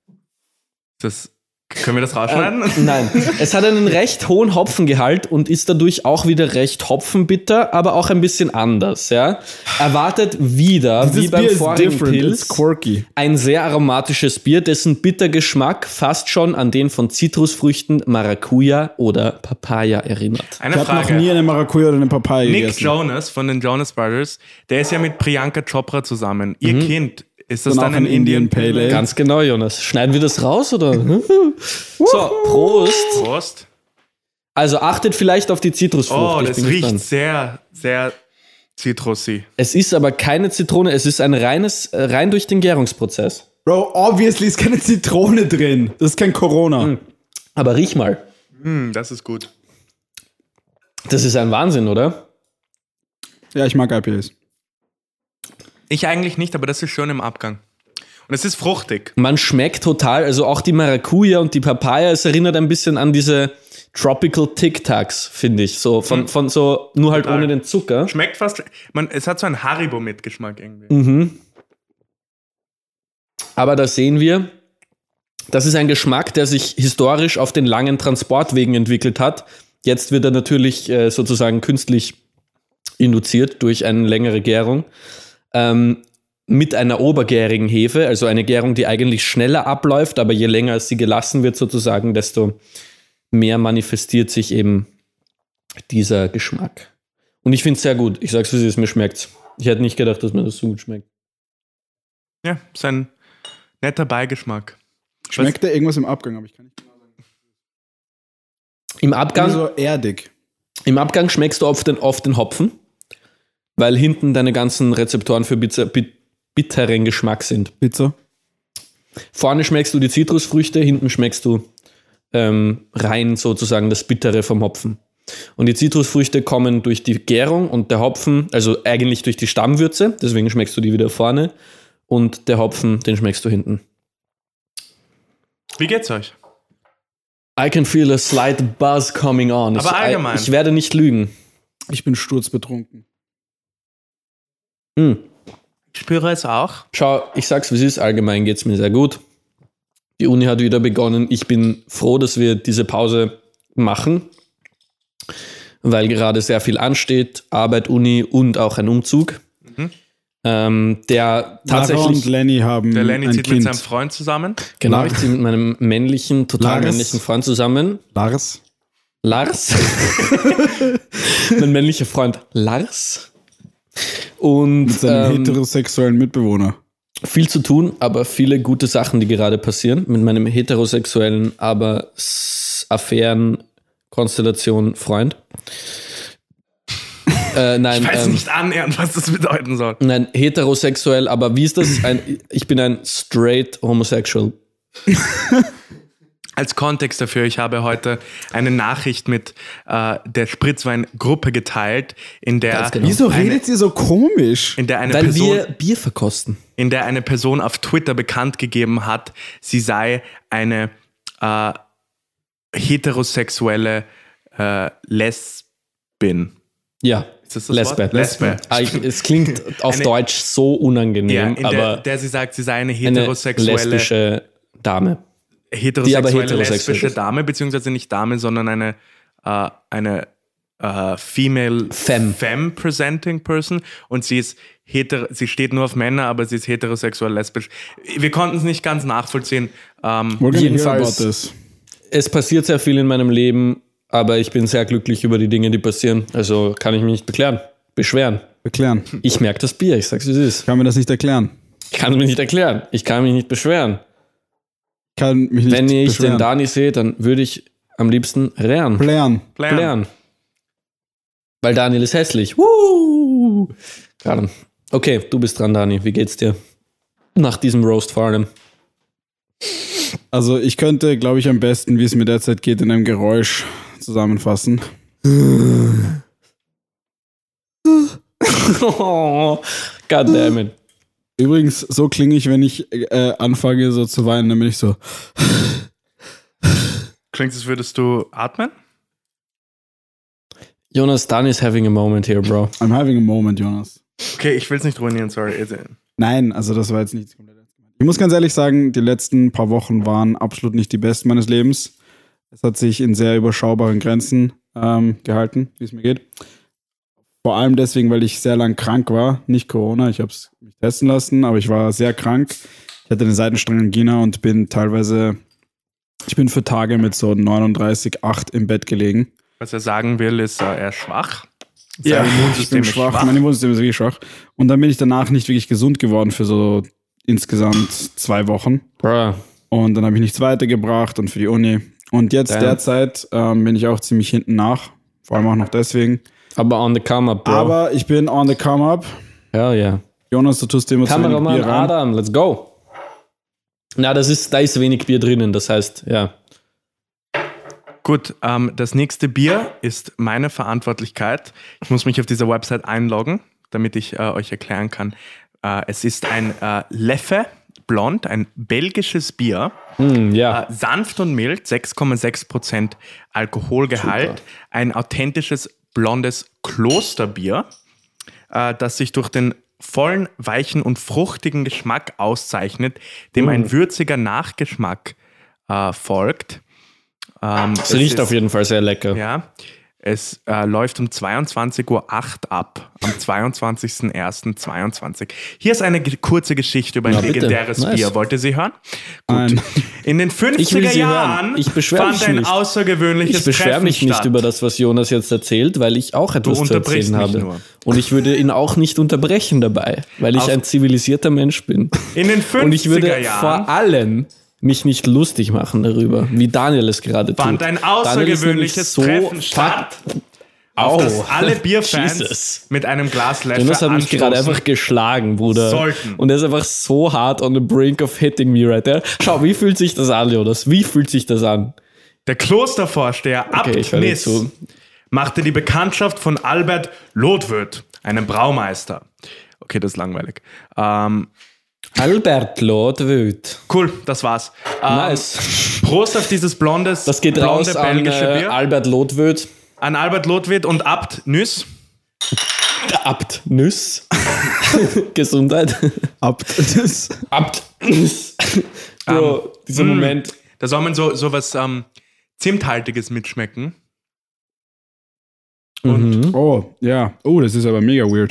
Können wir das rausschneiden? Nein. Es hat einen recht hohen Hopfengehalt und ist dadurch auch wieder recht hopfenbitter, aber auch ein bisschen anders. Ja? Erwartet wieder, dieses wie beim vorigen Pils, ein sehr aromatisches Bier, dessen Bittergeschmack fast schon an den von Zitrusfrüchten, Maracuja oder Papaya erinnert. Ich habe noch nie eine Maracuja oder eine Papaya gegessen. Nick Jonas von den Jonas Brothers, der ist ja mit Priyanka Chopra zusammen. Ihr Kind, ist das dann ein Indian Pale Ale? Ganz genau, Jonas. Schneiden wir das raus, oder? So, Prost. Prost. Also achtet vielleicht auf die Zitrusfrucht. Oh, das riecht sehr, sehr zitrusy. Es ist aber keine Zitrone, es ist ein rein durch den Gärungsprozess. Bro, obviously ist keine Zitrone drin. Das ist kein Corona. Aber riech mal. Das ist gut. Das ist ein Wahnsinn, oder? Ja, ich mag IPAs. Ich eigentlich nicht, aber das ist schön im Abgang. Und es ist fruchtig. Man schmeckt total, also auch die Maracuja und die Papaya, es erinnert ein bisschen an diese Tropical Tic Tacs, finde ich. So von so, nur halt ohne den Zucker. Schmeckt fast, es hat so einen Haribo-Mitgeschmack irgendwie. Aber da sehen wir, das ist ein Geschmack, der sich historisch auf den langen Transportwegen entwickelt hat. Jetzt wird er natürlich sozusagen künstlich induziert durch eine längere Gärung. Mit einer obergärigen Hefe, also eine Gärung, die eigentlich schneller abläuft, aber je länger sie gelassen wird sozusagen, desto mehr manifestiert sich eben dieser Geschmack. Und ich finde es sehr gut. Ich sag's, wie es ist, mir schmeckt's. Ich hätte nicht gedacht, dass mir das so gut schmeckt. Ja, ist ein netter Beigeschmack. Schmeckt da irgendwas im Abgang, aber ich kann nicht genau sagen. Im Abgang? So erdig. Im Abgang schmeckst du oft den Hopfen, weil hinten deine ganzen Rezeptoren für bitteren Geschmack sind. Pizza. Vorne schmeckst du die Zitrusfrüchte, hinten schmeckst du rein sozusagen das Bittere vom Hopfen. Und die Zitrusfrüchte kommen durch die Gärung und der Hopfen, also eigentlich durch die Stammwürze, deswegen schmeckst du die wieder vorne und der Hopfen, den schmeckst du hinten. Wie geht's euch? I can feel a slight buzz coming on. Aber allgemein. Ich werde nicht lügen. Ich bin sturzbetrunken. Ich spüre es auch. Schau, ich sag's, wie es ist. Allgemein geht's mir sehr gut. Die Uni hat wieder begonnen. Ich bin froh, dass wir diese Pause machen, weil gerade sehr viel ansteht. Arbeit, Uni und auch ein Umzug. Der tatsächlich... Lara und Lenny haben Der Lenny ein zieht Kind. mit seinem Freund zusammen. Genau, ich ziehe mit meinem total männlichen Freund zusammen. Lars? Mein männlicher Freund Lars. Und mit seinem heterosexuellen Mitbewohner. Viel zu tun, aber viele gute Sachen, die gerade passieren. Mit meinem heterosexuellen, aber Affären, Konstellation, Freund. Nein, ich weiß nicht annähernd, was das bedeuten soll. Nein, heterosexuell, aber wie ist das? Ich bin ein straight homosexual. Als Kontext dafür, ich habe heute eine Nachricht mit der Spritzwein-Gruppe geteilt, in der... Genau. Wieso redet ihr so komisch? In der eine Weil Person, wir Bier verkosten. In der eine Person auf Twitter bekannt gegeben hat, sie sei eine heterosexuelle Lesbin. Ja, ist das Wort? Lesbe. Es klingt auf Deutsch so unangenehm, aber der sie sagt, sie sei eine heterosexuelle... Eine lesbische Dame. Heterosexuelle lesbische Dame, beziehungsweise nicht Dame, sondern eine female femme presenting person und sie ist sie steht nur auf Männer, aber sie ist heterosexuell lesbisch. Wir konnten es nicht ganz nachvollziehen. Jedenfalls, es passiert sehr viel in meinem Leben, aber ich bin sehr glücklich über die Dinge, die passieren. Also kann ich mich nicht beschweren. Ich merke das Bier, ich sag's wie es ist. Kann mir das nicht erklären. Ich kann es mir nicht erklären. Ich kann mich nicht beschweren. Wenn ich den Dani sehe, dann würde ich am liebsten plären. Weil Daniel ist hässlich. Gerade. Okay, du bist dran, Dani. Wie geht's dir? Nach diesem Roast vor allem. Also ich könnte, glaube ich, am besten, wie es mir derzeit geht, in einem Geräusch zusammenfassen. Oh, goddammit. Übrigens, so klinge ich, wenn ich anfange so zu weinen, dann bin ich so. Klingt es, würdest du atmen? Jonas, Dani is having a moment here, bro. I'm having a moment, Jonas. Okay, ich will es nicht ruinieren, sorry. Nein, also das war jetzt nichts komplett. Ich muss ganz ehrlich sagen, die letzten paar Wochen waren absolut nicht die besten meines Lebens. Es hat sich in sehr überschaubaren Grenzen gehalten, wie es mir geht. Vor allem deswegen, weil ich sehr lang krank war. Nicht Corona, ich habe es mich testen lassen, aber ich war sehr krank. Ich hatte eine Seitenstrangangina und bin für Tage mit so 39,8 im Bett gelegen. Was er sagen will, ist, er ist schwach. Ja, ich bin schwach. Mein Immunsystem ist wirklich schwach. Und dann bin ich danach nicht wirklich gesund geworden für so insgesamt 2 Wochen. Und dann habe ich nichts weitergebracht und für die Uni. Und jetzt derzeit bin ich auch ziemlich hinten nach. Vor allem auch noch deswegen. Aber on the come up, bro. Aber ich bin on the come up. Hell yeah. Jonas, du tust immer Kameramann Adam, let's go. Na, da ist wenig Bier drinnen, das heißt, ja. Gut, das nächste Bier ist meine Verantwortlichkeit. Ich muss mich auf dieser Website einloggen, damit ich euch erklären kann. Es ist ein Leffe Blond, ein belgisches Bier. Sanft und mild, 6,6% Alkoholgehalt. Super. Ein authentisches blondes Klosterbier, das sich durch den vollen, weichen und fruchtigen Geschmack auszeichnet, dem ein würziger Nachgeschmack folgt. Es riecht auf jeden Fall sehr lecker. Ja, es läuft um 22.08 Uhr ab, am 22.01.22. Hier ist eine kurze Geschichte über ein legendäres Bier. Wollt ihr sie hören? Gut. In den 50er Jahren fand ein außergewöhnliches Treffen statt. Ich beschwere mich nicht über das, was Jonas jetzt erzählt, weil ich auch etwas zu erzählen habe. Nur. Und ich würde ihn auch nicht unterbrechen dabei, weil ich ein zivilisierter Mensch bin. In den 50er Jahren. Und ich würde vor allem mich nicht lustig machen darüber, wie Daniel es gerade tut. Fand ein außergewöhnliches Treffen statt, auf das alle Bierfans mit einem Glas Leffe Jonas hat mich gerade einfach geschlagen, Bruder. Sollten. Und er ist einfach so hart on the brink of hitting me right there. Schau, wie fühlt sich das an, Jonas? Wie fühlt sich das an? Der Klostervorsteher Abt Nis machte die Bekanntschaft von Albert Lodwöth, einem Braumeister. Okay, das ist langweilig. Albert Lodwöth. Cool, das war's. Nice. Prost auf dieses blonde belgische Bier. Albert Lodwöth. An Albert Lodwöth und Abt Nis. Abt Nis. Gesundheit. Abt Nis. Abt Nis. Bro, dieser Moment. Da soll man so was Zimthaltiges mitschmecken. Und oh, ja. Oh, das ist aber mega weird.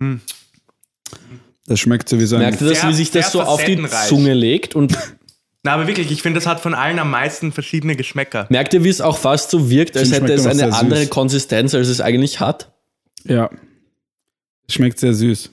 Das schmeckt so wie so ein... Merkt ihr das, wie sich das so auf die Zunge legt? Und na, aber wirklich, ich finde, das hat von allen am meisten verschiedene Geschmäcker. Merkt ihr, wie es auch fast so wirkt, als hätte es eine andere Konsistenz, als es eigentlich hat? Ja. Es schmeckt sehr süß.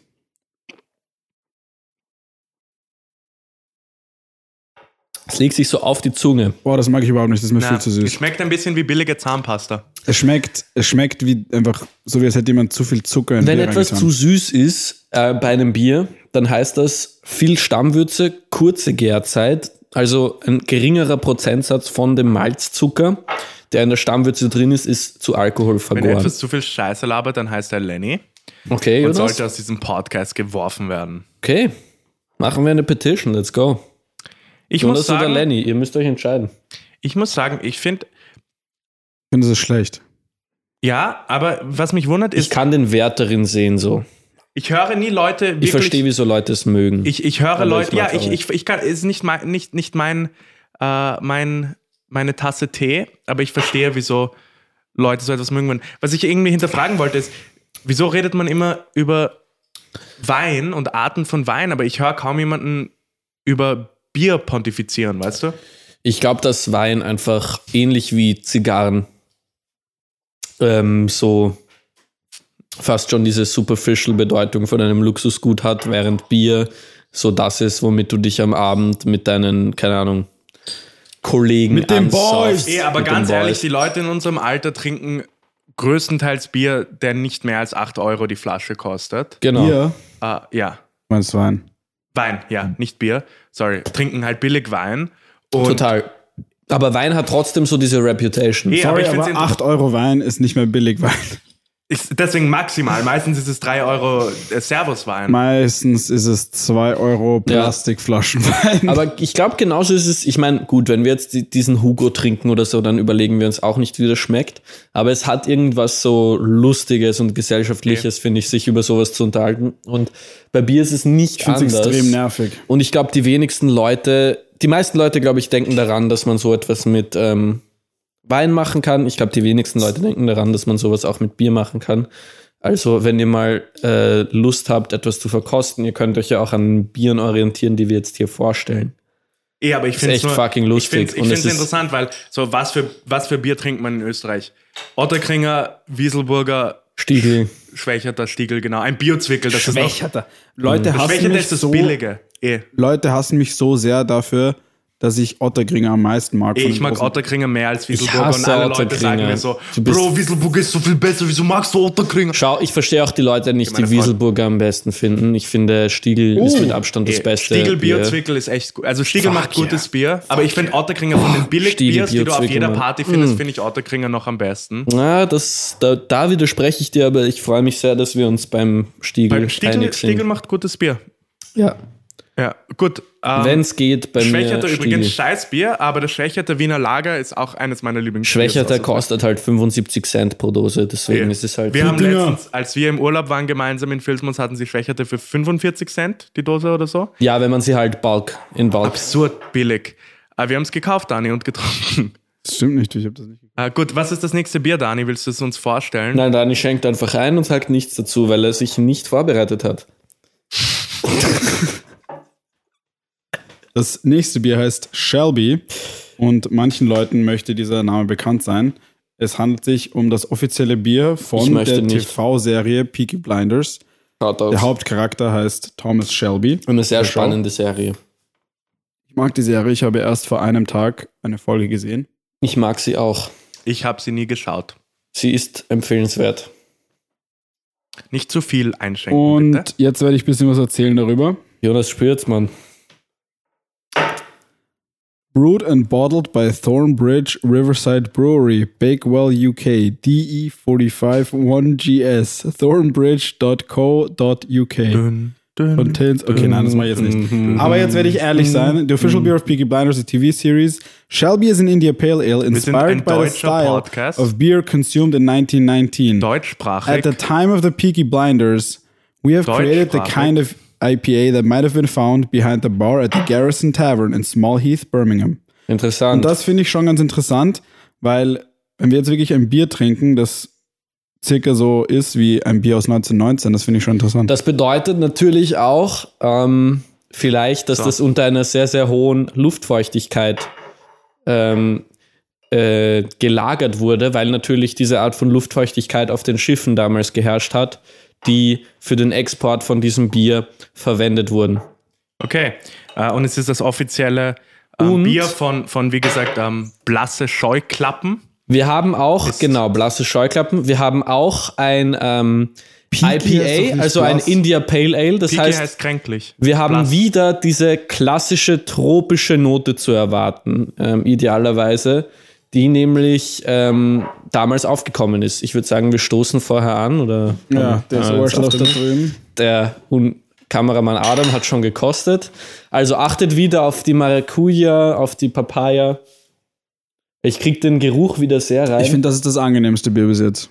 Es legt sich so auf die Zunge. Boah, das mag ich überhaupt nicht, das ist mir viel zu süß. Es schmeckt ein bisschen wie billige Zahnpasta. Es schmeckt wie einfach, so wie als hätte jemand zu viel Zucker in Wenn Bier etwas zu süß ist bei einem Bier, dann heißt das viel Stammwürze, kurze Gärzeit, also ein geringerer Prozentsatz von dem Malzzucker, der in der Stammwürze drin ist zu Alkohol vergoren. Wenn etwas zu viel Scheiße labert, dann heißt er Lenny. Okay, und sollte aus diesem Podcast geworfen werden. Okay, machen wir eine Petition, let's go. Jonas oder Lenny, ihr müsst euch entscheiden. Ich muss sagen, ich finde, das ist schlecht. Ja, aber was mich wundert ist... Ich kann den Wert darin sehen, so. Ich höre nie Leute wirklich... Ich verstehe, wieso Leute es mögen. Ich höre Leute... Ja, ich kann... Es ist nicht meine Tasse Tee, aber ich verstehe, wieso Leute so etwas mögen würden. Was ich irgendwie hinterfragen wollte ist, wieso redet man immer über Wein und Arten von Wein, aber ich höre kaum jemanden über Bier pontifizieren, weißt du? Ich glaube, dass Wein einfach ähnlich wie Zigarren so fast schon diese superficial Bedeutung von einem Luxusgut hat, während Bier so das ist, womit du dich am Abend mit deinen, keine Ahnung, Kollegen mit den Boys. Aber ganz ehrlich, die Leute in unserem Alter trinken größtenteils Bier, der nicht mehr als 8 Euro die Flasche kostet. Genau. Bier? Ja. Meinst du Wein? Wein, ja, nicht Bier. Sorry, trinken halt billig Wein. Und total. Aber Wein hat trotzdem so diese Reputation. Sorry, aber 8 Euro Wein ist nicht mehr billig Wein. Deswegen maximal. Meistens ist es 3 Euro Servuswein. Meistens ist es 2 Euro Plastikflaschenwein. Aber ich glaube, genauso ist es. Ich meine, gut, wenn wir jetzt diesen Hugo trinken oder so, dann überlegen wir uns auch nicht, wie das schmeckt. Aber es hat irgendwas so Lustiges und Gesellschaftliches, finde ich, sich über sowas zu unterhalten. Und bei Bier ist es nicht anders. Ich finde es extrem nervig. Und ich glaube, die meisten Leute, glaube ich, denken daran, dass man so etwas mit Wein machen kann. Ich glaube, die wenigsten Leute denken daran, dass man sowas auch mit Bier machen kann. Also, wenn ihr mal Lust habt, etwas zu verkosten, ihr könnt euch ja auch an Bieren orientieren, die wir jetzt hier vorstellen. Ja, aber ich finde es echt fucking lustig. Ich finde es interessant, weil so was für Bier trinkt man in Österreich? Otterkringer, Wieselburger, Stiegl. Schwächerter, Stiegl, genau. Ein Biozwickel. Das Schwächerter. Leute hassen mich so. Billige. Leute hassen mich so sehr dafür, dass ich Otterkringer am meisten mag. Ich mag Otterkringer mehr als Wieselburger und alle Leute sagen mir so, Bro, Wieselburger ist so viel besser, wieso magst du Otterkringer? Schau, ich verstehe auch die Leute nicht, die Wieselburger am besten finden. Ich finde, Stiegl ist mit Abstand das Beste. Stiegl Biozwickel ist echt gut. Also Stiegl macht gutes Bier, aber ich finde Otterkringer von den Billigbiers, die du auf jeder Party findest, finde ich Otterkringer noch am besten. Na, da widerspreche ich dir, aber ich freue mich sehr, dass wir uns beim Stiegl einig sind. Stiegl macht gutes Bier. Ja, gut. Wenn es geht, bei mir Schwächerter übrigens Scheißbier, aber das Schwächerter Wiener Lager ist auch eines meiner Lieblingsbier. Schwächerter kostet halt 75 Cent pro Dose, deswegen ist es halt... Wir haben letztens, als wir im Urlaub waren gemeinsam in Vilsmons, hatten sie Schwächerter für 45 Cent die Dose oder so. Ja, wenn man sie halt in Bulk. Absurd billig. Aber wir haben es gekauft, Dani, und getrunken. Das stimmt nicht, ich habe das nicht gekauft. Gut, was ist das nächste Bier, Dani? Willst du es uns vorstellen? Nein, Dani schenkt einfach ein und sagt nichts dazu, weil er sich nicht vorbereitet hat. Das nächste Bier heißt Shelby und manchen Leuten möchte dieser Name bekannt sein. Es handelt sich um das offizielle Bier von der TV-Serie Peaky Blinders. Der Hauptcharakter heißt Thomas Shelby. Eine sehr spannende Serie. Ich mag die Serie, ich habe erst vor einem Tag eine Folge gesehen. Ich mag sie auch. Ich habe sie nie geschaut. Sie ist empfehlenswert. Nicht zu viel einschenken, und bitte. Jetzt werde ich ein bisschen was erzählen darüber. Jonas spürt's, Mann. Brewed and bottled by Thornbridge Riverside Brewery, Bakewell, UK, DE45 1GS, thornbridge.co.uk. Contains. Okay, nein, das mache ich jetzt nicht. Aber jetzt werde ich ehrlich sein. The official beer of Peaky Blinders, the TV series. Shelby is an India Pale Ale inspired by the style of beer consumed in 1919. Deutschsprachig. At the time of the Peaky Blinders, we have created the kind of IPA that might have been found behind the bar at the Garrison Tavern in Smallheath, Birmingham. Interessant. Und das finde ich schon ganz interessant, weil wenn wir jetzt wirklich ein Bier trinken, das circa so ist wie ein Bier aus 1919, das finde ich schon interessant. Das bedeutet natürlich auch vielleicht, dass das unter einer sehr, sehr hohen Luftfeuchtigkeit gelagert wurde, weil natürlich diese Art von Luftfeuchtigkeit auf den Schiffen damals geherrscht hat, die für den Export von diesem Bier verwendet wurden. Okay, und es ist das offizielle Bier von, wie gesagt, Blasse Scheuklappen. Wir haben auch, Blasse Scheuklappen. Wir haben auch ein IPA, also ein India Pale Ale. Das heißt kränklich. Wir haben wieder diese klassische tropische Note zu erwarten, idealerweise, die nämlich damals aufgekommen ist. Ich würde sagen, wir stoßen vorher an. Oder ja, der ist Ohrschloss da drüben. Der Kameramann Adam hat schon gekostet. Also achtet wieder auf die Maracuja, auf die Papaya. Ich krieg den Geruch wieder sehr rein. Ich finde, das ist das angenehmste Bier bis jetzt.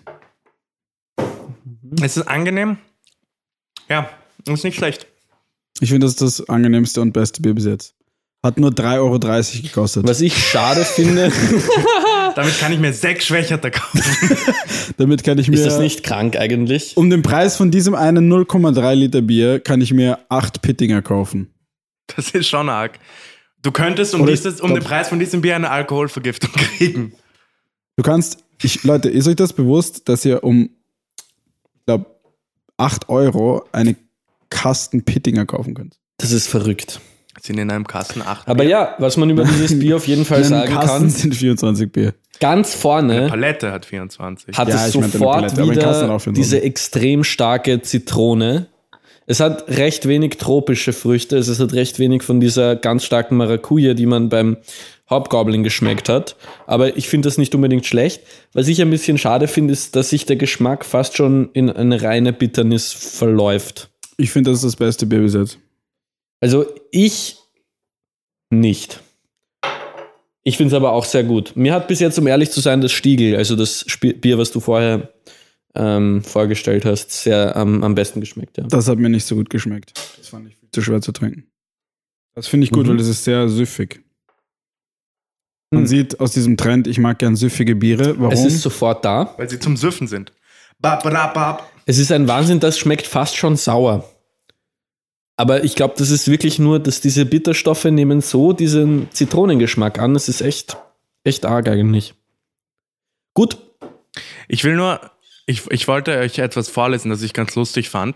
Ist es angenehm? Ja, ist nicht schlecht. Ich finde, das ist das angenehmste und beste Bier bis jetzt. Hat nur 3,30 € gekostet. Was ich schade finde... Damit kann ich mir 6 Schwächerte kaufen. Damit kann ich mir... Ist das nicht krank eigentlich? Um den Preis von diesem einen 0,3 Liter Bier kann ich mir 8 Pittinger kaufen. Das ist schon arg. Du könntest um den Preis von diesem Bier eine Alkoholvergiftung kriegen. Du kannst... Leute, ist euch das bewusst, dass ihr ich glaube, 8 € eine Kasten Pittinger kaufen könnt? Das ist verrückt. Sind in einem Kasten 8 Aber Bier. Ja, was man über dieses Bier auf jeden Fall sagen Kasten kann, sind 24 Bier. ganz vorne Eine Palette hat 24. hat Ja, es ich meinte eine sofort Palette, aber ein Kasten hat wieder auch 24. diese extrem starke Zitrone. Es hat recht wenig tropische Früchte, es hat recht wenig von dieser ganz starken Maracuja, die man beim Hobgoblin geschmeckt hat. Aber ich finde das nicht unbedingt schlecht. Was ich ein bisschen schade finde, ist, dass sich der Geschmack fast schon in eine reine Bitternis verläuft. Ich finde, das ist das beste Bier bis jetzt. Also ich nicht. Ich finde es aber auch sehr gut. Mir hat bis jetzt, um ehrlich zu sein, das Stiegl, also das Bier, was du vorher vorgestellt hast, sehr am besten geschmeckt. Ja. Das hat mir nicht so gut geschmeckt. Das fand ich viel zu schwer zu trinken. Das finde ich gut, weil es ist sehr süffig. Man sieht aus diesem Trend, ich mag gern süffige Biere. Warum? Es ist sofort da. Weil sie zum Süffen sind. Bap, bap, bap. Es ist ein Wahnsinn, das schmeckt fast schon sauer. Aber ich glaube, das ist wirklich nur, dass diese Bitterstoffe nehmen so diesen Zitronengeschmack an. Das ist echt arg eigentlich. Gut. Ich wollte euch etwas vorlesen, das ich ganz lustig fand.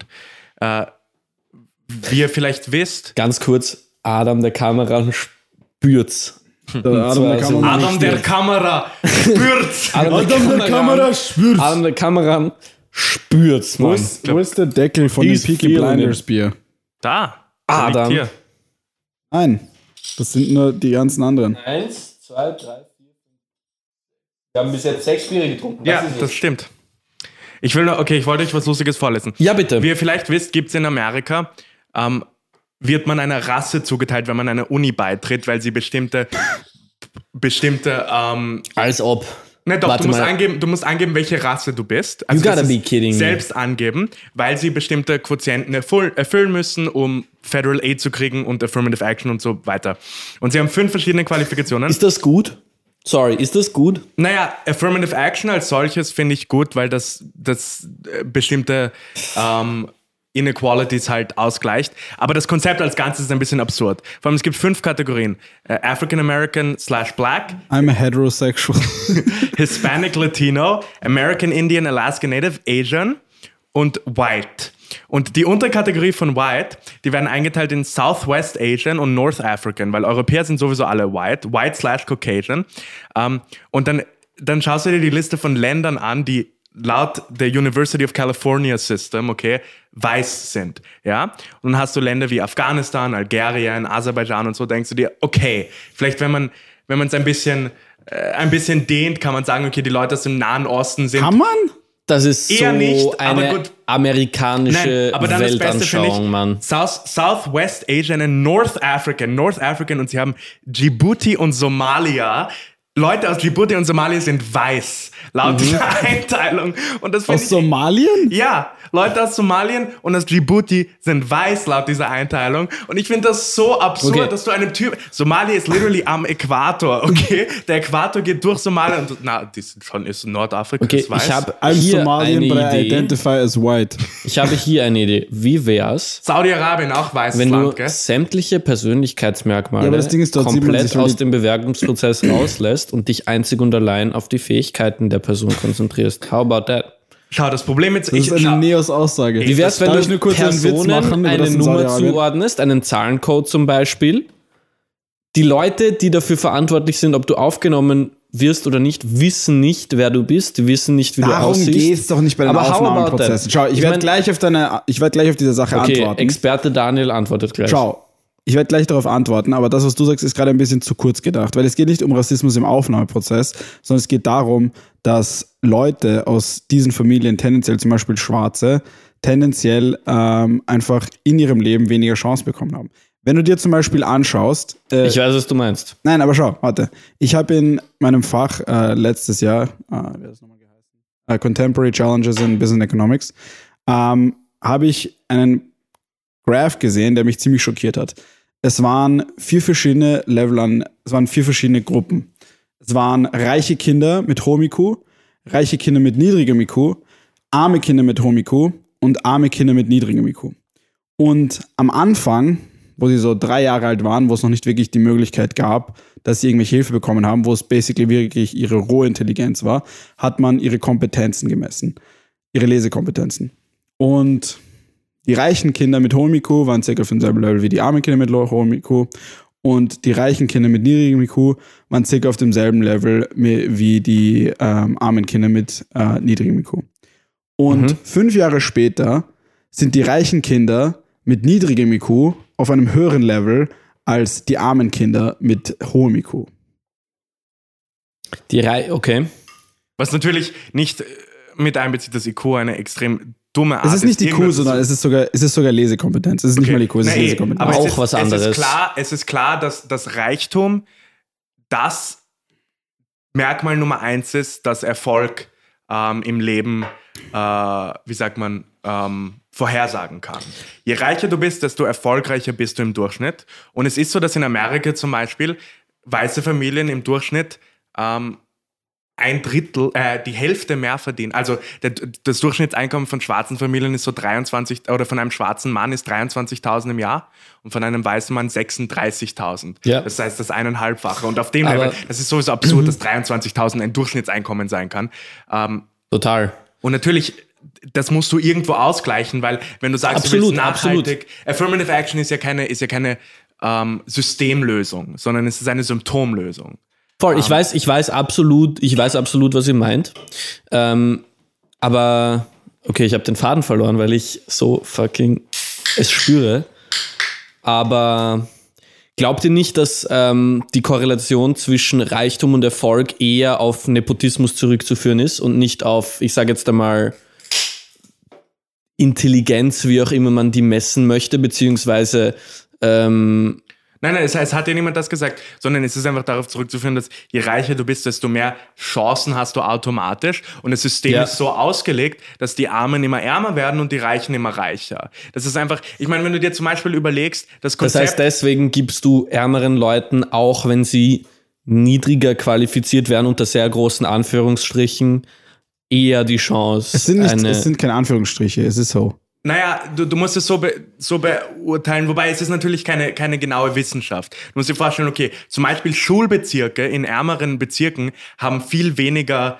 Wie ihr vielleicht wisst. Ganz kurz, Adam der Kamera spürt's. Adam der Kamera spürt's. Adam der Kamera spürt's, Mann. Wo ist der Deckel von dem Peaky Blinders Bier? Da. Adam. Hier. Nein, das sind nur die ganzen anderen. 1, 2, 3, 4, 5. Wir haben bis jetzt 6 Biere getrunken. Ja, das stimmt. Ich wollte euch was Lustiges vorlesen. Ja, bitte. Wie ihr vielleicht wisst, gibt es in Amerika, wird man einer Rasse zugeteilt, wenn man einer Uni beitritt, weil sie bestimmte als ob. Ne, doch, du musst angeben, welche Rasse du bist. Also you gotta be kidding me. Selbst angeben, weil sie bestimmte Quotienten erfüllen müssen, um Federal Aid zu kriegen und Affirmative Action und so weiter. Und sie haben 5 verschiedene Qualifikationen. Ist das gut? Sorry, ist das gut? Naja, Affirmative Action als solches finde ich gut, weil das bestimmte Inequalities halt ausgleicht. Aber das Konzept als Ganzes ist ein bisschen absurd. Vor allem, es gibt 5 Kategorien. African American / Black. I'm a heterosexual. Hispanic Latino, American Indian, Alaska Native, Asian und White. Und die Unterkategorie von White, die werden eingeteilt in Southwest Asian und North African, weil Europäer sind sowieso alle White / Caucasian. Und dann schaust du dir die Liste von Ländern an, die laut der University of California System, okay, weiß sind, ja. Und dann hast du Länder wie Afghanistan, Algerien, Aserbaidschan und so, denkst du dir, okay, vielleicht wenn man es ein bisschen dehnt, kann man sagen, okay, die Leute aus dem Nahen Osten sind... Kann man? Das ist eher so nicht, eine amerikanische Weltanschauung, Mann. Southwest Asian und North African und sie haben Djibouti und Somalia. Leute aus Djibouti und Somalia sind weiß, laut dieser Einteilung. Und das aus Somalien? Ja, Leute aus Somalien und aus Djibouti sind weiß, laut dieser Einteilung. Und ich finde das so absurd, dass du einem Typ... Somalia ist literally am Äquator, okay? Der Äquator geht durch Somalia und... ist Nordafrika, okay, das weiß. Ich habe hier Somalian, but I Idee. identify as white. Ich habe hier eine Idee. Wie wär's, Saudi-Arabien, auch weißes wenn Land, du gell? sämtliche Persönlichkeitsmerkmale aber das Ding ist, dort sieht man komplett sich schon aus dem Bewerbungsprozess rauslässt und dich einzig und allein auf die Fähigkeiten der Person konzentrierst? How about that? Schau, das Problem ist... Das ist eine Neos-Aussage. Wie wär's, wenn du nur kurz einen Witz Personen machen, über eine das in Nummer Saudi-Arabien? zuordnest, einen Zahlencode zum Beispiel? Die Leute, die dafür verantwortlich sind, ob du aufgenommen wirst oder nicht, wissen nicht, wer du bist, die wissen nicht, wie du Darum aussiehst. geht's doch nicht bei den Aber how about Aufnahmeprozessen. that? Schau, ich werde gleich auf diese Sache antworten. Experte Daniel antwortet gleich. Schau, ich werde gleich darauf antworten, aber das, was du sagst, ist gerade ein bisschen zu kurz gedacht, weil es geht nicht um Rassismus im Aufnahmeprozess, sondern es geht darum, dass Leute aus diesen Familien, tendenziell zum Beispiel Schwarze, tendenziell einfach in ihrem Leben weniger Chance bekommen haben. Wenn du dir zum Beispiel anschaust... ich weiß, was du meinst. Nein, aber schau, warte. Ich habe in meinem Fach letztes Jahr, wie hat das nochmal geheißen? Contemporary Challenges in Business Economics, habe ich einen Graph gesehen, der mich ziemlich schockiert hat. Es waren 4 verschiedene Gruppen. Es waren reiche Kinder mit hohem IQ, reiche Kinder mit niedrigem IQ, arme Kinder mit hohem IQ und arme Kinder mit niedrigem IQ. Und am Anfang, wo sie so 3 Jahre alt waren, wo es noch nicht wirklich die Möglichkeit gab, dass sie irgendwelche Hilfe bekommen haben, wo es basically wirklich ihre rohe Intelligenz war, hat man ihre Kompetenzen gemessen, ihre Lesekompetenzen. Und die reichen Kinder mit hohem IQ waren circa auf demselben Level wie die armen Kinder mit hohem IQ. Und die reichen Kinder mit niedrigem IQ waren circa auf demselben Level wie die armen Kinder mit niedrigem IQ. Und 5 Jahre später sind die reichen Kinder mit niedrigem IQ auf einem höheren Level als die armen Kinder mit hohem IQ. Okay. Was natürlich nicht mit einbezieht, dass IQ eine extrem dumme Art ist. Es ist nicht IQ, sondern es ist sogar Lesekompetenz. Es ist nicht mal IQ, es ist Lesekompetenz. Aber auch was anderes. Es ist klar, dass das Reichtum das Merkmal Nummer 1 ist, dass Erfolg im Leben, vorhersagen kann. Je reicher du bist, desto erfolgreicher bist du im Durchschnitt. Und es ist so, dass in Amerika zum Beispiel weiße Familien im Durchschnitt 1/3, die Hälfte mehr verdienen. Also das Durchschnittseinkommen von schwarzen Familien ist so 23, oder von einem schwarzen Mann ist 23.000 im Jahr und von einem weißen Mann 36.000. Ja. Das heißt, das 1,5-fache. Und auf dem Level, das ist sowieso absurd, dass 23.000 ein Durchschnittseinkommen sein kann. Total. Und natürlich, das musst du irgendwo ausgleichen, weil wenn du sagst, du willst nachhaltig, Affirmative Action ist ja keine Systemlösung, sondern es ist eine Symptomlösung. Voll, ich weiß absolut, was ihr meint. Aber, okay, ich habe den Faden verloren, weil ich so fucking es spüre. Aber glaubt ihr nicht, dass die Korrelation zwischen Reichtum und Erfolg eher auf Nepotismus zurückzuführen ist und nicht auf, ich sage jetzt einmal, Intelligenz, wie auch immer man die messen möchte, beziehungsweise Nein, es hat ja niemand das gesagt, sondern es ist einfach darauf zurückzuführen, dass je reicher du bist, desto mehr Chancen hast du automatisch und das System ist so ausgelegt, dass die Armen immer ärmer werden und die Reichen immer reicher. Das ist einfach, ich meine, wenn du dir zum Beispiel überlegst, das Konzept... Das heißt, deswegen gibst du ärmeren Leuten, auch wenn sie niedriger qualifiziert werden, unter sehr großen Anführungsstrichen, eher die Chance. Es sind keine Anführungsstriche, es ist so. Naja, du musst es so beurteilen, wobei es ist natürlich keine genaue Wissenschaft. Du musst dir vorstellen, okay, zum Beispiel Schulbezirke in ärmeren Bezirken haben viel weniger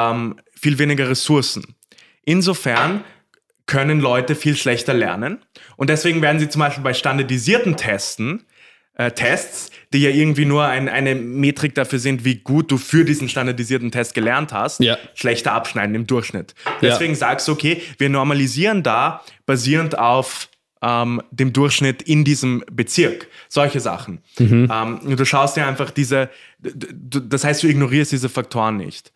Ressourcen. Insofern können Leute viel schlechter lernen und deswegen werden sie zum Beispiel bei standardisierten Tests, die ja irgendwie nur eine Metrik dafür sind, wie gut du für diesen standardisierten Test gelernt hast, schlechter abschneiden im Durchschnitt. Deswegen sagst du, okay, wir normalisieren da basierend auf dem Durchschnitt in diesem Bezirk. Solche Sachen. Du schaust dir einfach das heißt, du ignorierst diese Faktoren nicht.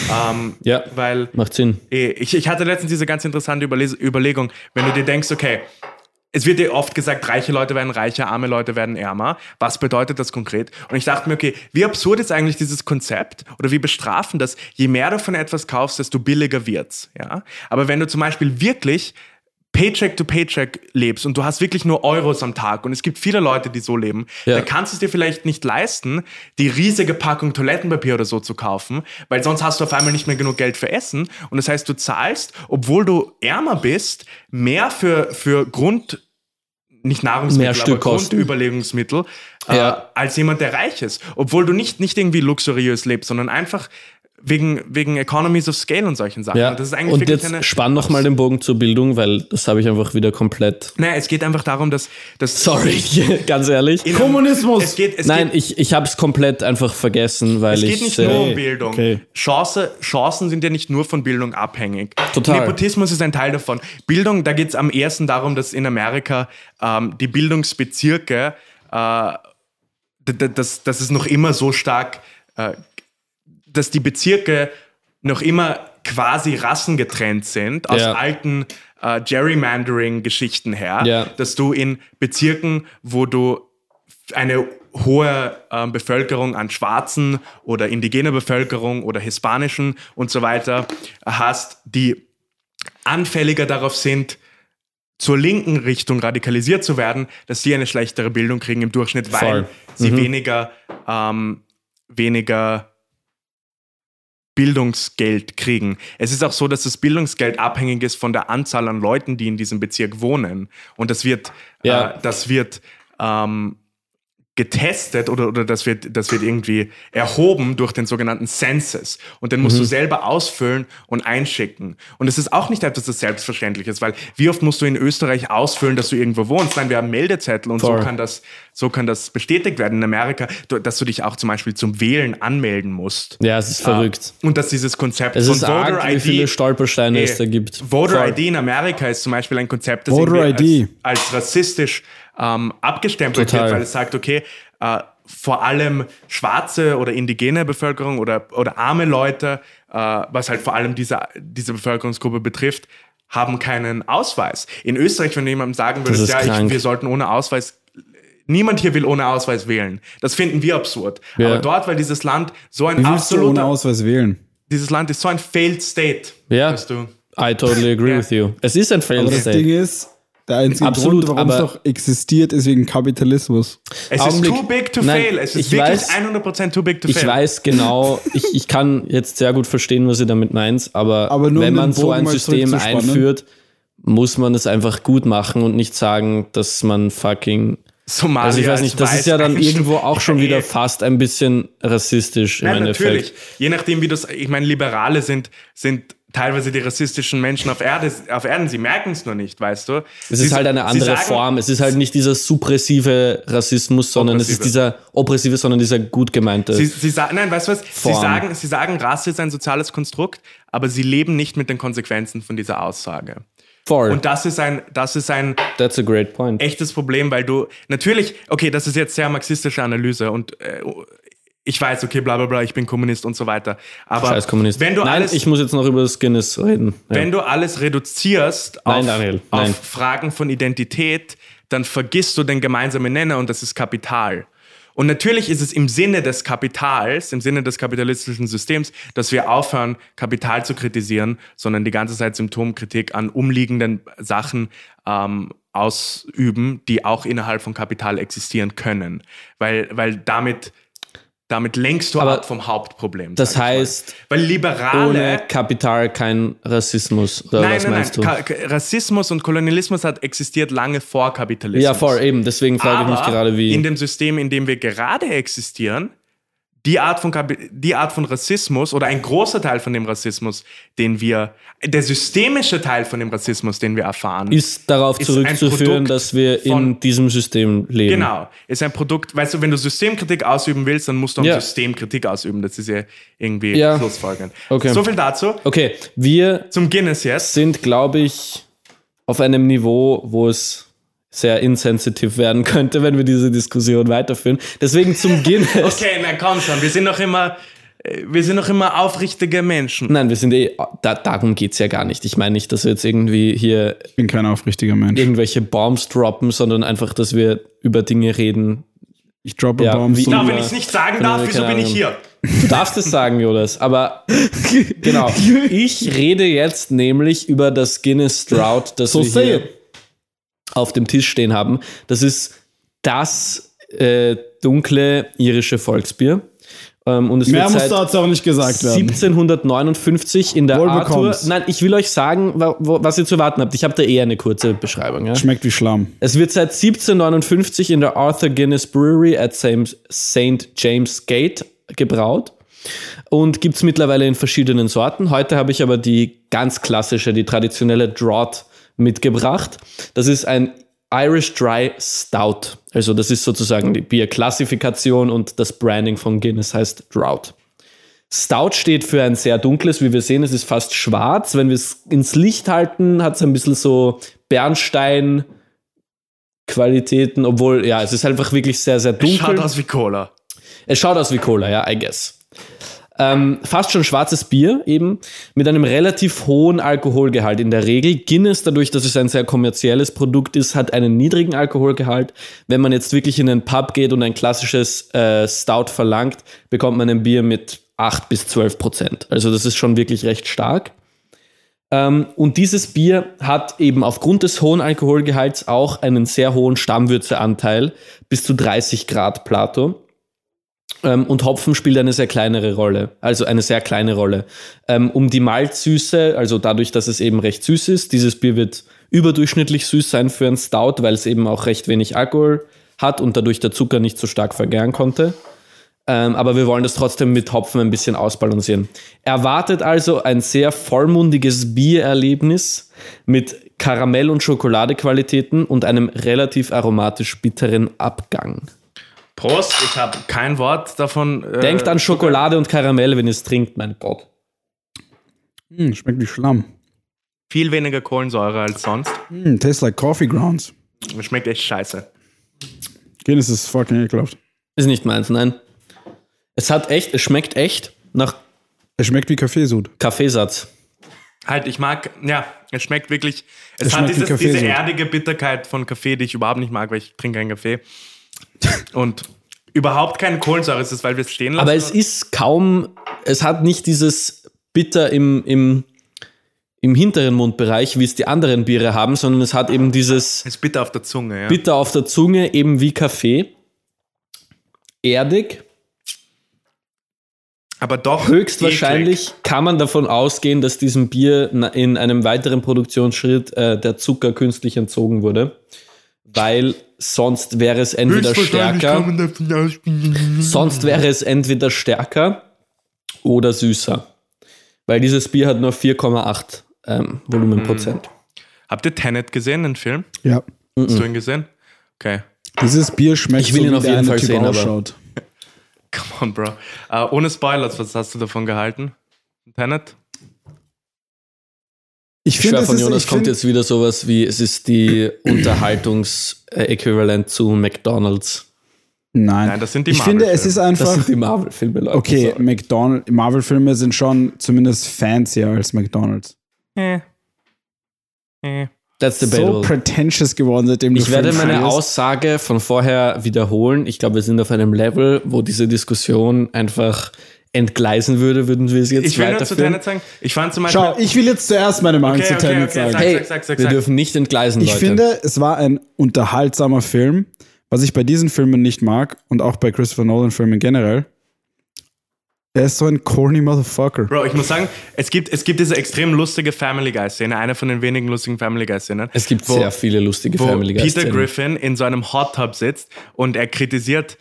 Weil macht Sinn. Ich hatte letztens diese ganz interessante Überlegung, wenn du dir denkst, okay, es wird dir oft gesagt, reiche Leute werden reicher, arme Leute werden ärmer. Was bedeutet das konkret? Und ich dachte mir, okay, wie absurd ist eigentlich dieses Konzept oder wie bestrafen das? Je mehr du von etwas kaufst, desto billiger wird's. Ja? Aber wenn du zum Beispiel wirklich Paycheck to Paycheck lebst und du hast wirklich nur Euros am Tag und es gibt viele Leute, die so leben, dann kannst du es dir vielleicht nicht leisten, die riesige Packung Toilettenpapier oder so zu kaufen, weil sonst hast du auf einmal nicht mehr genug Geld für Essen und das heißt, du zahlst, obwohl du ärmer bist, mehr für nicht Nahrungsmittel, aber Grundüberlegungsmittel, als jemand, der reich ist. Obwohl du nicht irgendwie luxuriös lebst, sondern einfach wegen Economies of Scale und solchen Sachen. Ja. Das ist eigentlich und jetzt spann nochmal den Bogen zur Bildung, weil das habe ich einfach wieder komplett... Naja, es geht einfach darum, dass Sorry, ganz ehrlich. Kommunismus! Ich habe es komplett einfach vergessen, weil es geht nicht nur um Bildung. Okay. Chancen sind ja nicht nur von Bildung abhängig. Total. Nepotismus ist ein Teil davon. Bildung, da geht es am ehesten darum, dass in Amerika die Bildungsbezirke, das ist noch immer so stark... dass die Bezirke noch immer quasi rassengetrennt sind, aus alten Gerrymandering-Geschichten her, dass du in Bezirken, wo du eine hohe Bevölkerung an Schwarzen oder indigener Bevölkerung oder Hispanischen und so weiter hast, die anfälliger darauf sind, zur linken Richtung radikalisiert zu werden, dass die eine schlechtere Bildung kriegen im Durchschnitt, weil sie weniger Bildungsgeld kriegen. Es ist auch so, dass das Bildungsgeld abhängig ist von der Anzahl an Leuten, die in diesem Bezirk wohnen. Und das wird getestet oder das wird irgendwie erhoben durch den sogenannten Census. Und den musst du selber ausfüllen und einschicken. Und es ist auch nicht etwas, das selbstverständlich ist, weil wie oft musst du in Österreich ausfüllen, dass du irgendwo wohnst? Nein, wir haben Meldezettel und so kann das bestätigt werden in Amerika, dass du dich auch zum Beispiel zum Wählen anmelden musst. Ja, es ist verrückt. Und dass dieses Konzept von Voter ID, wie viele Stolpersteine es da gibt. Voter ID in Amerika ist zum Beispiel ein Konzept, das als rassistisch abgestempelt wird, weil es sagt, okay, vor allem schwarze oder indigene Bevölkerung oder arme Leute, was halt vor allem diese Bevölkerungsgruppe betrifft, haben keinen Ausweis. In Österreich, wenn du jemandem sagen würdest, wir sollten ohne Ausweis, niemand hier will ohne Ausweis wählen. Das finden wir absurd. Ja. Aber dort, weil dieses Land so ein ohne Ausweis wählen? Dieses Land ist so ein failed state. Ja, weißt du? I totally agree with you. Es ist ein failed state. Das Ding ist, der einzige Grund, warum es doch existiert, ist wegen Kapitalismus. Es ist too big to fail. Es ist wirklich 100% too big to fail. Ich weiß genau, ich kann jetzt sehr gut verstehen, was ihr damit meint, aber wenn man so ein System einführt, muss man es einfach gut machen und nicht sagen, dass man fucking Somalia, also ich weiß nicht, das ist ja dann irgendwo auch schon wieder fast ein bisschen rassistisch im Endeffekt. Natürlich. Je nachdem, wie das, ich meine, Liberale sind teilweise die rassistischen Menschen auf Erden, sie merken es nur nicht, weißt du? Es ist halt eine andere Form. Es ist halt nicht dieser suppressive Rassismus, sondern es ist dieser oppressive, sondern dieser gut gemeinte. Sie sagen, nein, weißt du was? Sie sagen, Rasse ist ein soziales Konstrukt, aber sie leben nicht mit den Konsequenzen von dieser Aussage. Voll. Und das ist ein That's a great point. Echtes Problem, weil du natürlich, okay, das ist jetzt sehr marxistische Analyse und ich weiß, okay, bla bla bla, ich bin Kommunist und so weiter. Aber Scheiß Kommunist. Ich muss jetzt noch über das Guinness reden. Ja. Wenn du alles reduzierst auf Fragen von Identität, dann vergisst du den gemeinsamen Nenner und das ist Kapital. Und natürlich ist es im Sinne des Kapitals, im Sinne des kapitalistischen Systems, dass wir aufhören, Kapital zu kritisieren, sondern die ganze Zeit Symptomkritik an umliegenden Sachen ausüben, die auch innerhalb von Kapital existieren können. Weil damit lenkst du ab vom Hauptproblem. Das heißt, weil Liberale ohne Kapital kein Rassismus, oder was meinst du? Rassismus und Kolonialismus hat existiert lange vor Kapitalismus. Ja, voll, eben. Deswegen frage ich mich gerade, wie... in dem System, in dem wir gerade existieren, die Art von Rassismus oder ein großer Teil von dem Rassismus, der systemische Teil von dem Rassismus, den wir erfahren, ist darauf zurückzuführen, dass wir in diesem System leben. Genau, ist ein Produkt, weißt du, wenn du Systemkritik ausüben willst, dann musst du auch Systemkritik ausüben, das ist ja irgendwie schlussfolgernd. Okay. So viel dazu. Okay, wir zum Guinness jetzt sind, glaube ich, auf einem Niveau, wo es sehr insensitiv werden könnte, wenn wir diese Diskussion weiterführen. Deswegen zum Guinness. Okay, na komm schon, wir sind noch immer aufrichtige Menschen. Nein, wir sind darum geht's ja gar nicht. Ich meine nicht, dass wir jetzt irgendwie hier... Ich bin kein aufrichtiger Mensch. ...irgendwelche Bombs droppen, sondern einfach, dass wir über Dinge reden. Ich droppe Bombs. Wenn ich es nicht sagen darf, wieso bin ich hier? Du darfst es sagen, Jonas, aber genau. Ich rede jetzt nämlich über das Guinness Stroud, das wir hier auf dem Tisch stehen haben. Das ist das dunkle irische Volksbier. Und es mehr muss dazu auch nicht gesagt werden. 1759 in der Arthur... Nein, ich will euch sagen, was ihr zu warten habt. Ich habe da eher eine kurze Beschreibung. Ja? Schmeckt wie Schlamm. Es wird seit 1759 in der Arthur Guinness Brewery at St. James Gate gebraut und gibt es mittlerweile in verschiedenen Sorten. Heute habe ich aber die ganz klassische, die traditionelle Draught mitgebracht. Das ist ein Irish Dry Stout. Also das ist sozusagen die Bierklassifikation und das Branding von Guinness heißt Draught. Stout steht für ein sehr dunkles, wie wir sehen, es ist fast schwarz. Wenn wir es ins Licht halten, hat es ein bisschen so Bernstein-Qualitäten, obwohl, ja, es ist einfach wirklich sehr, sehr dunkel. Es schaut aus wie Cola. Es schaut aus wie Cola, ja, I guess. Fast schon schwarzes Bier eben mit einem relativ hohen Alkoholgehalt in der Regel. Guinness, dadurch, dass es ein sehr kommerzielles Produkt ist, hat einen niedrigen Alkoholgehalt. Wenn man jetzt wirklich in einen Pub geht und ein klassisches Stout verlangt, bekommt man ein Bier mit 8-12%. Also das ist schon wirklich recht stark. Und dieses Bier hat eben aufgrund des hohen Alkoholgehalts auch einen sehr hohen Stammwürzeanteil, bis zu 30 Grad Plato. Und Hopfen spielt eine sehr kleinere Rolle, also eine sehr kleine Rolle. Um die Malzsüße, also dadurch, dass es eben recht süß ist, dieses Bier wird überdurchschnittlich süß sein für ein Stout, weil es eben auch recht wenig Alkohol hat und dadurch der Zucker nicht so stark vergären konnte. Aber wir wollen das trotzdem mit Hopfen ein bisschen ausbalancieren. Erwartet also ein sehr vollmundiges Biererlebnis mit Karamell- und Schokoladequalitäten und einem relativ aromatisch bitteren Abgang. Prost, ich habe kein Wort davon. Denkt an Schokolade und Karamell, wenn ihr es trinkt, mein Gott. Schmeckt wie Schlamm. Viel weniger Kohlensäure als sonst. Tastes like coffee grounds. Schmeckt echt scheiße. Guinness ist fucking ekelhaft. Ist nicht meins, nein. Es schmeckt echt nach... Es schmeckt wie Kaffeesud. Kaffeesatz. Halt, es schmeckt wirklich... Es hat diese erdige Bitterkeit von Kaffee, die ich überhaupt nicht mag, weil ich trinke keinen Kaffee. Und überhaupt keine Kohlensäure ist es, weil wir es stehen lassen. Aber es ist kaum... Es hat nicht dieses Bitter im hinteren Mundbereich, wie es die anderen Biere haben, sondern es hat eben dieses... Es ist bitter auf der Zunge, ja. Bitter auf der Zunge, eben wie Kaffee. Erdig. Aber doch höchstwahrscheinlich eklig. Kann man davon ausgehen, dass diesem Bier in einem weiteren Produktionsschritt der Zucker künstlich entzogen wurde. Weil sonst wäre es entweder stärker. Oder süßer. Weil dieses Bier hat nur 4,8 Volumenprozent. Habt ihr Tenet gesehen, den Film? Ja. Hast du ihn gesehen? Okay. Dieses Bier schmeckt ich will ihn auf jeden Fall sehen, ausschaut. Come on, Bro. Ohne Spoilers, was hast du davon gehalten? Tenet? Ich finde, von Jonas kommt jetzt wieder sowas wie, es ist die Unterhaltungsäquivalent zu McDonald's. Nein, das sind die Marvel-Filme. Ich finde, es ist einfach... Das sind die Marvel-Filme, Leute. Okay, Marvel-Filme sind schon zumindest fancier als McDonald's. That's debatable. So pretentious geworden, seitdem ich werde meine Aussage von vorher wiederholen. Ich glaube, wir sind auf einem Level, wo diese Diskussion einfach entgleisen würde, würden wir es jetzt weiterführen. Ich will nur zu Tenet sagen, ich fand zum Beispiel... Schau, ich will jetzt zuerst meine Meinung zu Tenet sagen. Sag. Wir dürfen nicht entgleisen, Leute. Ich finde, es war ein unterhaltsamer Film, was ich bei diesen Filmen nicht mag und auch bei Christopher Nolan-Filmen generell. Er ist so ein corny Motherfucker. Bro, ich muss sagen, es gibt diese extrem lustige Family Guy-Szene, eine von den wenigen lustigen Family Guy-Szenen. Es gibt sehr viele lustige Family Guy-Szenen. Peter Griffin in so einem Hot Tub sitzt und er kritisiert,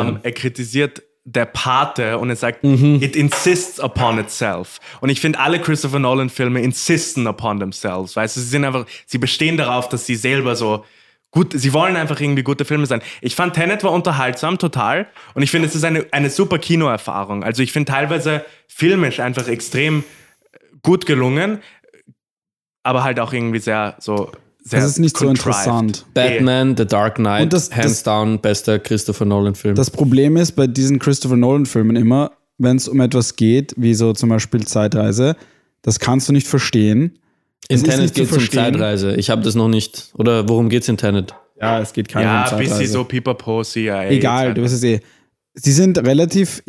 der Pate und er sagt, it insists upon itself. Und ich finde, alle Christopher Nolan-Filme insisten upon themselves. Weißt du, sie bestehen darauf, dass sie selber so gut, sie wollen einfach irgendwie gute Filme sein. Ich fand Tenet war unterhaltsam, total. Und ich finde, es ist eine super Kinoerfahrung. Also ich finde teilweise filmisch einfach extrem gut gelungen, aber halt auch irgendwie sehr so... Das ist nicht contrived. So interessant. Batman, The Dark Knight, hands down, bester Christopher Nolan-Film. Das Problem ist bei diesen Christopher Nolan-Filmen immer, wenn es um etwas geht, wie so zum Beispiel Zeitreise, das kannst du nicht verstehen. In Tenet geht es um Zeitreise. Ich habe das noch nicht. Oder worum geht es in Tenet? Ja, es geht keine um Zeitreise. Ja, ein bisschen so Pipapo, CIA. Egal, du weißt es eh. Sie sind relativ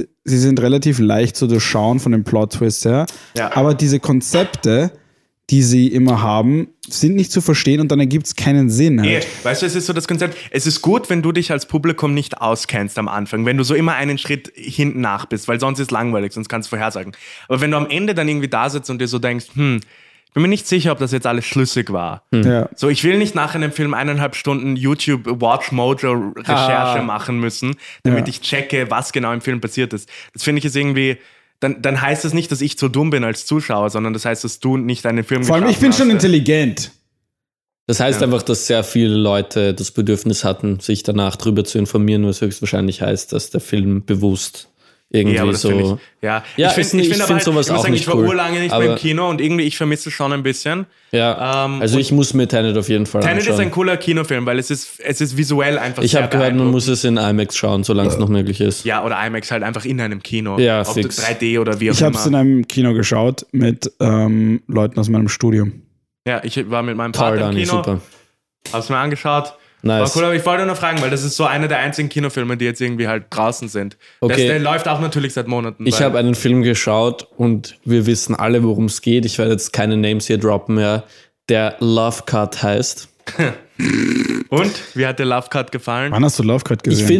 leicht zu durchschauen von den Plot-Twists her. Ja. Aber diese Konzepte, die sie immer haben, sind nicht zu verstehen und dann ergibt es keinen Sinn. Halt. Weißt du, es ist so das Konzept, es ist gut, wenn du dich als Publikum nicht auskennst am Anfang, wenn du so immer einen Schritt hinten nach bist, weil sonst ist es langweilig, sonst kannst du vorhersagen. Aber wenn du am Ende dann irgendwie da sitzt und dir so denkst, ich bin mir nicht sicher, ob das jetzt alles schlüssig war. Ja. So, ich will nicht nach einem Film 1,5 Stunden YouTube Watch Mojo Recherche machen müssen, damit ich checke, was genau im Film passiert ist. Das finde ich ist irgendwie... Dann heißt das nicht, dass ich so dumm bin als Zuschauer, sondern das heißt, dass du nicht einen Film geschaut hast. Vor allem, ich bin schon intelligent. Das heißt einfach, dass sehr viele Leute das Bedürfnis hatten, sich danach drüber zu informieren, was höchstwahrscheinlich heißt, dass der Film bewusst irgendwie so... Ich finde sowas auch nicht cool. Ich war urlange nicht mehr im Kino und irgendwie, ich vermisse schon ein bisschen. Ja, also ich muss mir Tenet auf jeden Fall anschauen. Tenet ist ein cooler Kinofilm, weil es ist visuell einfach Ich habe gehört, man muss es in IMAX schauen, solange es noch möglich ist. Ja, oder IMAX halt einfach in einem Kino. Ja, ob fix. 3D oder wie auch immer. Ich habe es in einem Kino geschaut mit Leuten aus meinem Studium. Ja, ich war mit meinem Vater im Kino. Super. Hab's mir angeschaut. Nice. War cool, aber ich wollte nur fragen, weil das ist so einer der einzigen Kinofilme, die jetzt irgendwie halt draußen sind. Okay. Der läuft auch natürlich seit Monaten. Ich habe einen Film geschaut und wir wissen alle, worum es geht. Ich werde jetzt keine Names hier droppen mehr. Der Love Cut heißt. Und? Wie hat der Love Cut gefallen? Wann hast du Love Cut gesehen? Ich finde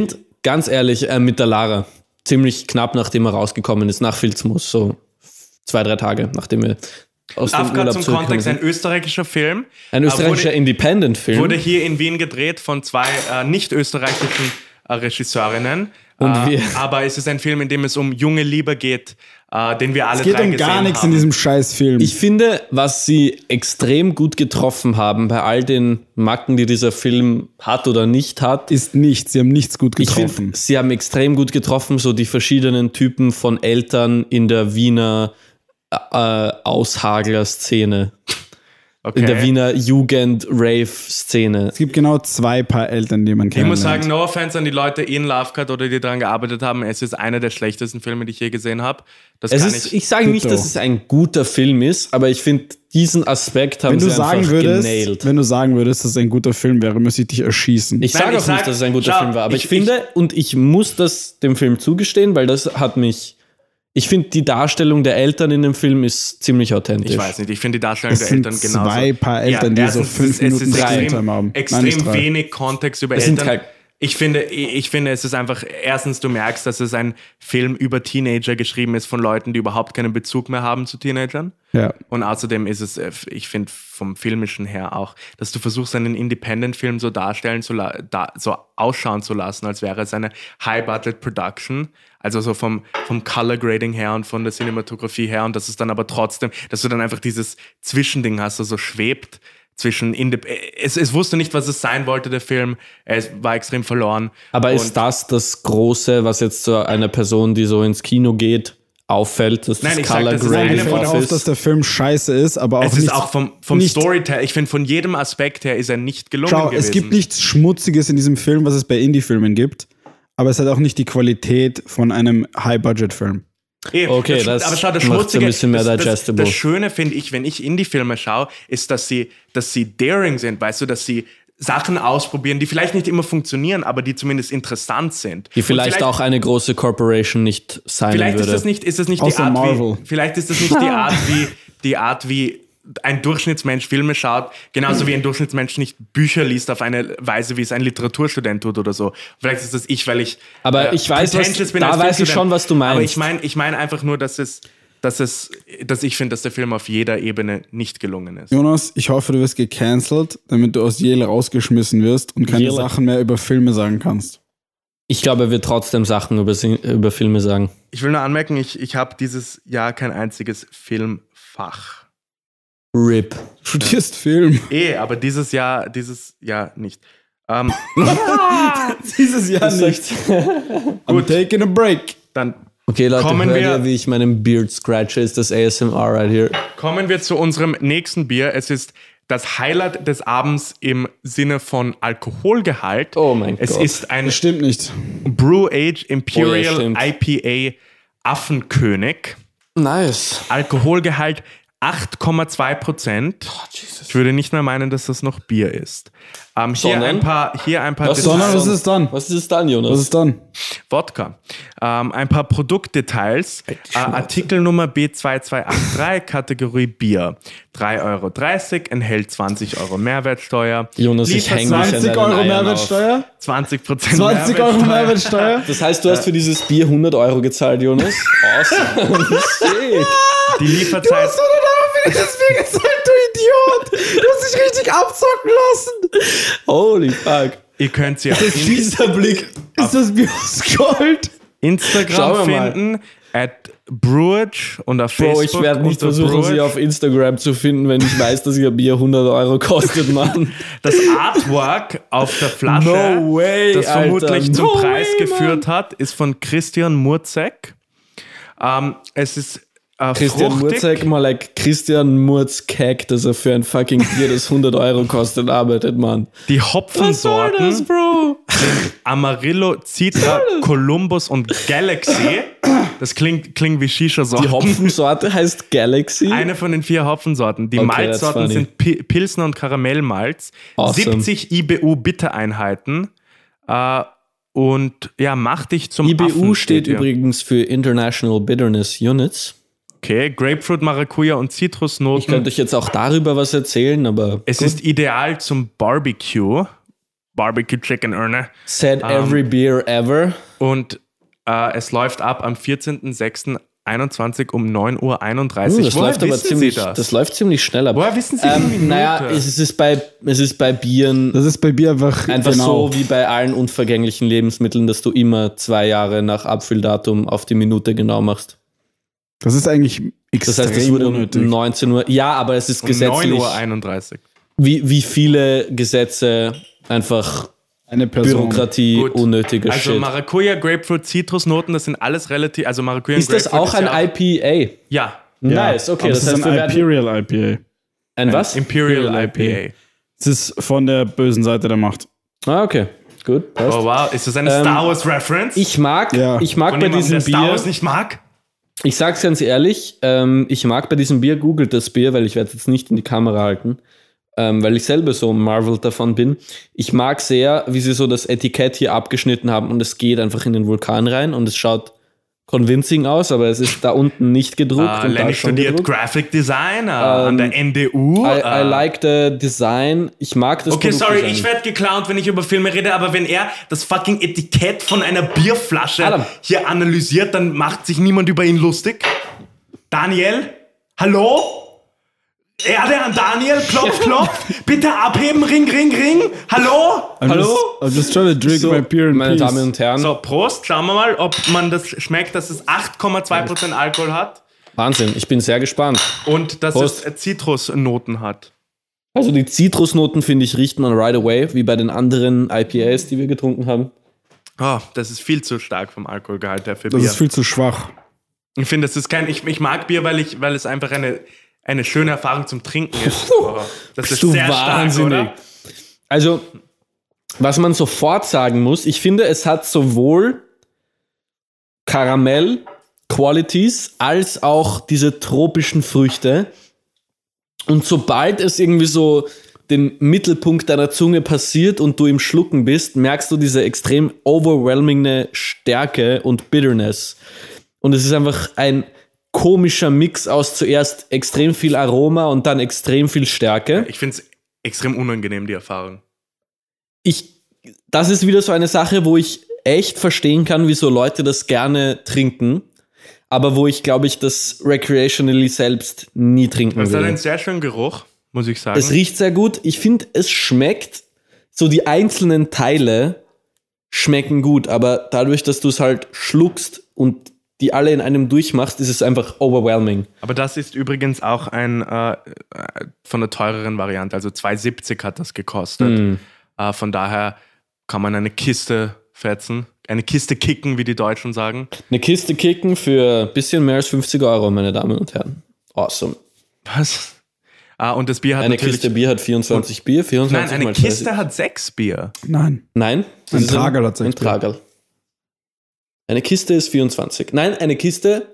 ganz ehrlich, mit der Lara. Ziemlich knapp, nachdem er rausgekommen ist, nach Filzmus, so 2-3 Tage, nachdem wir aus dem Afghan Urlaub zum Kontext, ein österreichischer Film. Ein österreichischer Independent-Film. Wurde hier in Wien gedreht von 2 nicht-österreichischen Regisseurinnen. Aber es ist ein Film, in dem es um junge Liebe geht, den wir alle drei gesehen haben. Es geht um gar nichts in diesem Scheißfilm. Ich finde, was sie extrem gut getroffen haben, bei all den Macken, die dieser Film hat oder nicht hat, ist nichts. Sie haben nichts gut getroffen. Ich finde, sie haben extrem gut getroffen, so die verschiedenen Typen von Eltern in der Wiener Aushagler-Szene. Okay. In der Wiener Jugend-Rave-Szene. Es gibt genau 2 Paar Eltern, die man kennt. Ich muss sagen, no offense an die Leute in Lovecut oder die daran gearbeitet haben, es ist einer der schlechtesten Filme, die ich je gesehen habe. Ich sage nicht, dass es ein guter Film ist, aber ich finde, diesen Aspekt haben sie einfach genailt. Wenn du sagen würdest, dass es ein guter Film wäre, müsste ich dich erschießen. Ich sage auch nicht, dass es ein guter Film war, aber ich finde, und ich muss das dem Film zugestehen, weil das hat mich... Ich finde, die Darstellung der Eltern in dem Film ist ziemlich authentisch. Ich weiß nicht, ich finde die Darstellung der Eltern genauso. 2 Paar Eltern, die so 5 Minuten Screentime haben. Extrem wenig Kontext über Eltern. Ich finde, es ist einfach, erstens, du merkst, dass es ein Film über Teenager geschrieben ist von Leuten, die überhaupt keinen Bezug mehr haben zu Teenagern. Ja. Und außerdem ist es, ich finde vom Filmischen her auch, dass du versuchst, einen Independent-Film so so ausschauen zu lassen, als wäre es eine High-Budget-Production. Also so vom Color Grading her und von der Cinematografie her. Und dass es dann aber trotzdem, dass du dann einfach dieses Zwischending hast, das so schwebt zwischen es wusste nicht, was es sein wollte, der Film. Es war extrem verloren. Aber ist das Große, was jetzt zu einer Person, die so ins Kino geht, auffällt, dass das Color Grading ist? Dass der Film scheiße ist, aber auch es ist auch vom Storytelling. Ich finde, von jedem Aspekt her ist er nicht gelungen gewesen. Es gibt nichts Schmutziges in diesem Film, was es bei Indie-Filmen gibt. Aber es hat auch nicht die Qualität von einem High-Budget-Film. Okay, das aber schau, das macht ein bisschen mehr digestible. Das Schöne finde ich, wenn ich Indie-Filme schaue, ist, dass sie daring sind, weißt du, dass sie Sachen ausprobieren, die vielleicht nicht immer funktionieren, aber die zumindest interessant sind. Die vielleicht auch eine große Corporation nicht sein vielleicht würde. Vielleicht ist das nicht die Art Marvel. Vielleicht ist das nicht die Art wie ein Durchschnittsmensch Filme schaut, genauso wie ein Durchschnittsmensch nicht Bücher liest auf eine Weise, wie es ein Literaturstudent tut oder so. Vielleicht ist das weil ich aber ich weiß, weiß ich schon, was du meinst. Aber ich meine einfach nur, dass ich finde, dass der Film auf jeder Ebene nicht gelungen ist. Jonas, ich hoffe, du wirst gecancelt, damit du aus Yale rausgeschmissen wirst und keine Sachen mehr über Filme sagen kannst. Ich glaube, er wird trotzdem Sachen über Filme sagen. Ich will nur anmerken, ich habe dieses Jahr kein einziges Filmfach. RIP. Studierst Film. Aber dieses Jahr nicht. Dieses Jahr nicht. I'm taking a break. Dann okay, Leute, hört ihr, wie ich meinen Beard scratche? Ist das ASMR right here? Kommen wir zu unserem nächsten Bier. Es ist das Highlight des Abends im Sinne von Alkoholgehalt. Oh mein Gott. Es ist ein das stimmt nicht. Brew Age Imperial IPA Affenkönig. Nice. Alkoholgehalt 8,2%. Ich würde nicht mehr meinen, dass das noch Bier ist. Hier ein paar was ist es dann? Was ist es dann, Jonas? Was ist dann? Wodka. Ein paar Produktdetails. Artikelnummer B2283, Kategorie Bier. 3,30 €, enthält 20 € Mehrwertsteuer. Jonas, ich hänge 20 € Mehrwertsteuer? 20% 20 € Mehrwertsteuer? Das heißt, du hast für dieses Bier 100 € gezahlt, Jonas? Awesome. Sick. Die Lieferzeit... Du hast 100 € für dieses Bier gezahlt, du Idiot! Du hast dich richtig abzocken lassen! Holy fuck. Ihr könnt sie auf dieser Blick. Ist das Bier aus Gold? Instagram finden, @Brewage und auf Facebook. Ich werde nicht versuchen, sie auf Instagram zu finden, wenn ich weiß, dass ihr Bier 100 € kostet, Mann. Das Artwork auf der Flasche, das vermutlich zum Preis geführt hat, ist von Christian Murzek. Es ist Christian Murzek, mal like Christian Murzkek, dass er für ein fucking Bier, das 100 € kostet, arbeitet, Mann. Die Hopfensorten sind Amarillo, Citra, Columbus und Galaxy. Das klingt wie Shisha-Sorten. Die Hopfensorte heißt Galaxy? Eine von den 4 Hopfensorten. Die Malzsorten sind Pilsner und Karamellmalz. Awesome. 70 IBU Bittereinheiten. Und ja, mach dich zum IBU Affen. steht übrigens für International Bitterness Units. Okay, Grapefruit, Maracuja und Zitrusnoten. Ich könnte euch jetzt auch darüber was erzählen, aber... Es ist ideal zum Barbecue. Barbecue Chicken Urne. Said every beer ever. Und es läuft ab am 14.06.21 um 9:31 Uhr. Das läuft aber das läuft ziemlich schnell ab. Woher wissen Sie die Minute? Naja, es ist bei Bieren. Das ist bei Bier einfach So wie bei allen unvergänglichen Lebensmitteln, dass du immer 2 Jahre nach Abfülldatum auf die Minute genau machst. Das ist eigentlich extrem Das heißt, es wurde unnötig. um 19 Uhr. Ja, aber es ist gesetzlich. 9:31 Uhr. Wie viele Gesetze einfach Eine Person. Bürokratie, unnötiger Also Shit. Maracuja, Grapefruit, Zitrusnoten, das sind alles relativ. Also Maracuja Ist das auch ein IPA? Ja. Nice, okay. Das ist ein Imperial IPA. Ein was? Imperial IPA. Das ist von der bösen Seite der Macht. Ah, okay. Gut, passt. Oh wow, ist das eine Star Wars Reference? Ich mag Von bei jemandem, diesem der Star Bier, Wars nicht mag? ich sag's ganz ehrlich, ich mag bei diesem Bier, googelt das Bier, weil ich werde es jetzt nicht in die Kamera halten, weil ich selber so marvelt davon bin. Ich mag sehr, wie sie so das Etikett hier abgeschnitten haben und es geht einfach in den Vulkan rein und es schaut convincing aus, aber es ist da unten nicht gedruckt. Und Lenny da schon studiert gedruckt. Graphic Design an der NDU. I like the design. Ich mag das Okay, sorry, Produktdesign. ich werde geklaut, wenn ich über Filme rede, aber wenn er das fucking Etikett von einer Bierflasche Adam. hier analysiert, dann macht sich niemand über ihn lustig. Daniel? Hallo? Erde an Daniel? Klopf, klopf. Bitte abheben, ring, ring, ring. Hallo? Hallo? I'm just trying to drink my beer in Meine peace. Damen und Herren. So, Prost. Schauen wir mal, ob man das schmeckt, dass es 8,2% Alkohol hat Wahnsinn, ich bin sehr gespannt. und dass Prost. es Zitrusnoten hat. Also die Zitrusnoten, finde ich, riecht man right away, wie bei den anderen IPAs, die wir getrunken haben. Oh, das ist viel zu stark vom Alkoholgehalt her für Das Bier. ist viel zu schwach. Ich finde, das ist kein. Ich mag Bier, weil es einfach eine schöne Erfahrung zum Trinken ist. Oh, das ist Du sehr wahnsinnig. stark, oder? Also, was man sofort sagen muss, ich finde, es hat sowohl Karamell-Qualities als auch diese tropischen Früchte. Und sobald es irgendwie so den Mittelpunkt deiner Zunge passiert und du im Schlucken bist, merkst du diese extrem overwhelming Stärke und Bitterness. Und es ist einfach ein komischer Mix aus zuerst extrem viel Aroma und dann extrem viel Stärke. Ich finde es extrem unangenehm, die Erfahrung. Das ist wieder so eine Sache, wo ich echt verstehen kann, wieso Leute das gerne trinken, aber wo ich, glaube ich, das recreationally selbst nie trinken Es hat würde. einen sehr schönen Geruch, muss ich sagen. Es riecht sehr gut. Ich finde, es schmeckt, so die einzelnen Teile schmecken gut, aber dadurch, dass du es halt schluckst und die alle in einem durchmachst, ist es einfach overwhelming. Aber das ist übrigens auch ein von der teureren Variante. Also 2,70 hat das gekostet. Von daher kann man eine Kiste fetzen. Eine Kiste kicken, wie die Deutschen sagen. Eine Kiste kicken für ein bisschen mehr als 50 €, meine Damen und Herren. Awesome. Was? Und das Bier hat Eine natürlich... Kiste Bier hat 24 Bier. 24 Nein, eine mal Kiste 30. hat 6 Bier. Nein. Nein. das Ein ist Tragerl hat 6 ein Bier. Tragerl. Eine Kiste ist 24. Nein, eine Kiste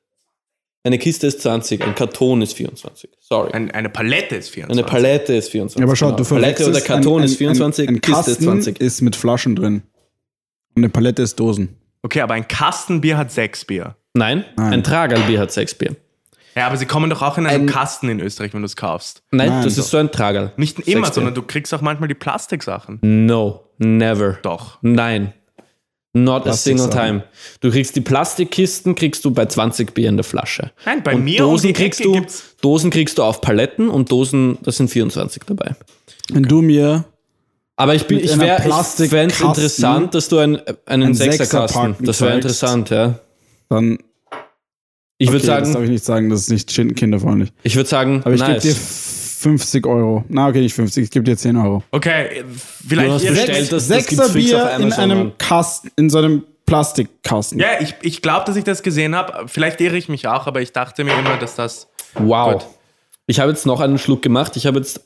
ist 20. Ein Karton ist 24. Sorry. Eine Palette ist 24. Eine Palette ist 24. Ja, aber schau, genau. du Palette oder verwechselst Karton ist 24, ein Kiste ist Kasten 20. ist mit Flaschen drin. Und eine Palette ist Dosen. Okay, aber ein Kastenbier hat 6 Bier. Nein, ein Tragerlbier hat 6 Bier. Ja, aber sie kommen doch auch in einem Kasten in Österreich, wenn du es kaufst. Nein, Nein, das doch. ist so ein Tragerl. Nicht 6 immer, Bier. sondern du kriegst auch manchmal die Plastiksachen. No, never. Doch. Nein. Not a single Plastiksachen. time. Du kriegst die Plastikkisten, kriegst du bei 20 Bier in der Flasche. Nein, bei und mir um Dosen die kriegst Ecke du, gibt's- Dosen kriegst du auf Paletten und Dosen, das sind 24 dabei. Wenn du mir Aber ich Mit einer fände es Plastikkasten interessant, dass du einen einen Sechserkasten, Sechserpacken das wäre zeigst. interessant, ja. dann. Ich würde Das darf sagen, ich nicht sagen, das ist nicht kinderfreundlich. ich würde sagen, Aber ich nice. gebe dir 50 €. Na, okay, nicht 50, ich gebe dir 10 €. Okay, Du vielleicht hast ihr bestellt, das Sechser gibt's fix auf Bier in Amazon, einem Mann. Kasten, in so einem Plastikkasten. Ja, ich glaube, dass ich das gesehen habe. Vielleicht irre ich mich auch, aber ich dachte mir immer, dass das... Wow. Gut. Ich habe jetzt noch einen Schluck gemacht. Ich habe jetzt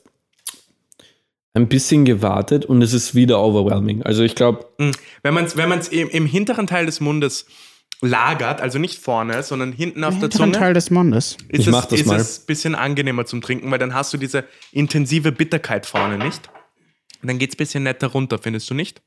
ein bisschen gewartet und es ist wieder overwhelming. Also ich glaube, Wenn man es im hinteren Teil des Mundes lagert, also nicht vorne, sondern hinten auf der Zunge, des Mundes. Ich mach das ist mal. es ein bisschen angenehmer zum Trinken, weil dann hast du diese intensive Bitterkeit vorne nicht. Und dann geht es ein bisschen netter runter, findest du nicht?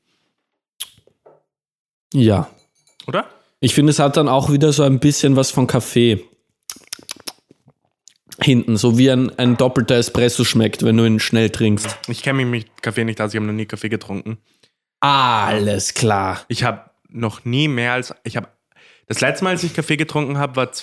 ja. Oder? Ich finde, es hat dann auch wieder so ein bisschen was von Kaffee. Hinten, so wie ein doppelter Espresso schmeckt, wenn du ihn schnell trinkst. Ich kenne mich mit Kaffee nicht aus, ich habe noch nie Kaffee getrunken. Alles klar. Ich habe noch nie mehr als... Das letzte Mal, als ich Kaffee getrunken habe, war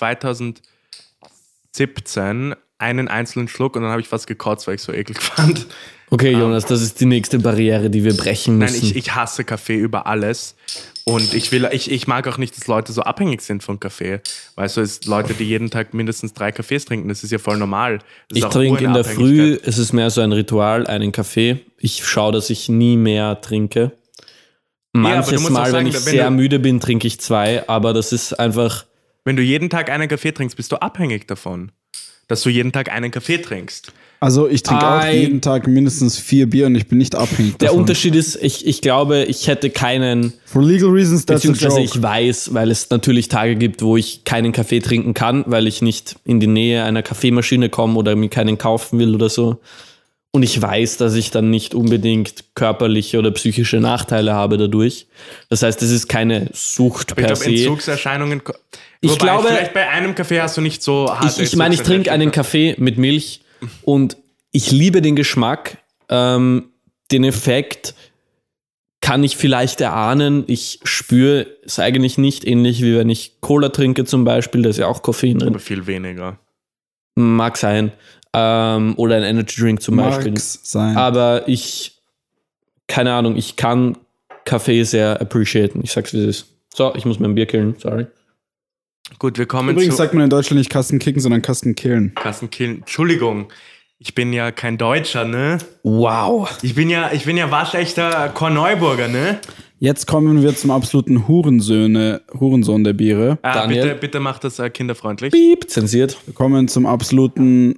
2017, einen einzelnen Schluck und dann habe ich fast gekotzt, weil ich so eklig fand. Okay, Jonas, das ist die nächste Barriere, die wir brechen müssen. Nein, ich hasse Kaffee über alles. Und ich mag auch nicht, dass Leute so abhängig sind von Kaffee. Weißt du, es Leute, die jeden Tag mindestens 3 Kaffees trinken, das ist ja voll normal. Ich trinke in der Früh, es ist mehr so ein Ritual, einen Kaffee. Ich schaue, dass ich nie mehr trinke. Manches Mal, sagen, wenn ich sehr müde bin, trinke ich 2, aber das ist einfach... Wenn du jeden Tag einen Kaffee trinkst, bist du abhängig davon, dass du jeden Tag einen Kaffee trinkst. Also ich trinke auch jeden Tag mindestens 4 Bier und ich bin nicht abhängig davon. Der Unterschied ist, ich glaube, ich hätte keinen... For legal reasons, that's beziehungsweise ich weiß, weil es natürlich Tage gibt, wo ich keinen Kaffee trinken kann, weil ich nicht in die Nähe einer Kaffeemaschine komme oder mir keinen kaufen will oder so. Und ich weiß, dass ich dann nicht unbedingt körperliche oder psychische Nachteile habe dadurch. Das heißt, es ist keine Sucht per se. Entzugserscheinungen... Ich glaube, vielleicht bei einem Kaffee hast du nicht so harte... Ich meine, ich trinke einen Kaffee mit Milch und ich liebe den Geschmack. Den Effekt kann ich vielleicht erahnen. Ich spüre es eigentlich nicht, ähnlich wie wenn ich Cola trinke zum Beispiel. Da ist ja auch Koffein drin. Aber viel weniger. Mag sein. Oder ein Energy Drink zum Beispiel. Sein. Aber keine Ahnung, ich kann Kaffee sehr appreciaten. Ich sag's, wie es ist. So, ich muss mein Bier killen, sorry. Gut, wir kommen Übrigens sagt man in Deutschland nicht Kasten kicken, sondern Kasten killen. Kasten killen. Entschuldigung, ich bin ja kein Deutscher, ne? Wow. Ich bin ja waschechter Korneuburger, ne? Jetzt kommen wir zum absoluten Hurensohn der Biere. Daniel. Bitte mach das kinderfreundlich. Piep, zensiert. Wir kommen zum absoluten...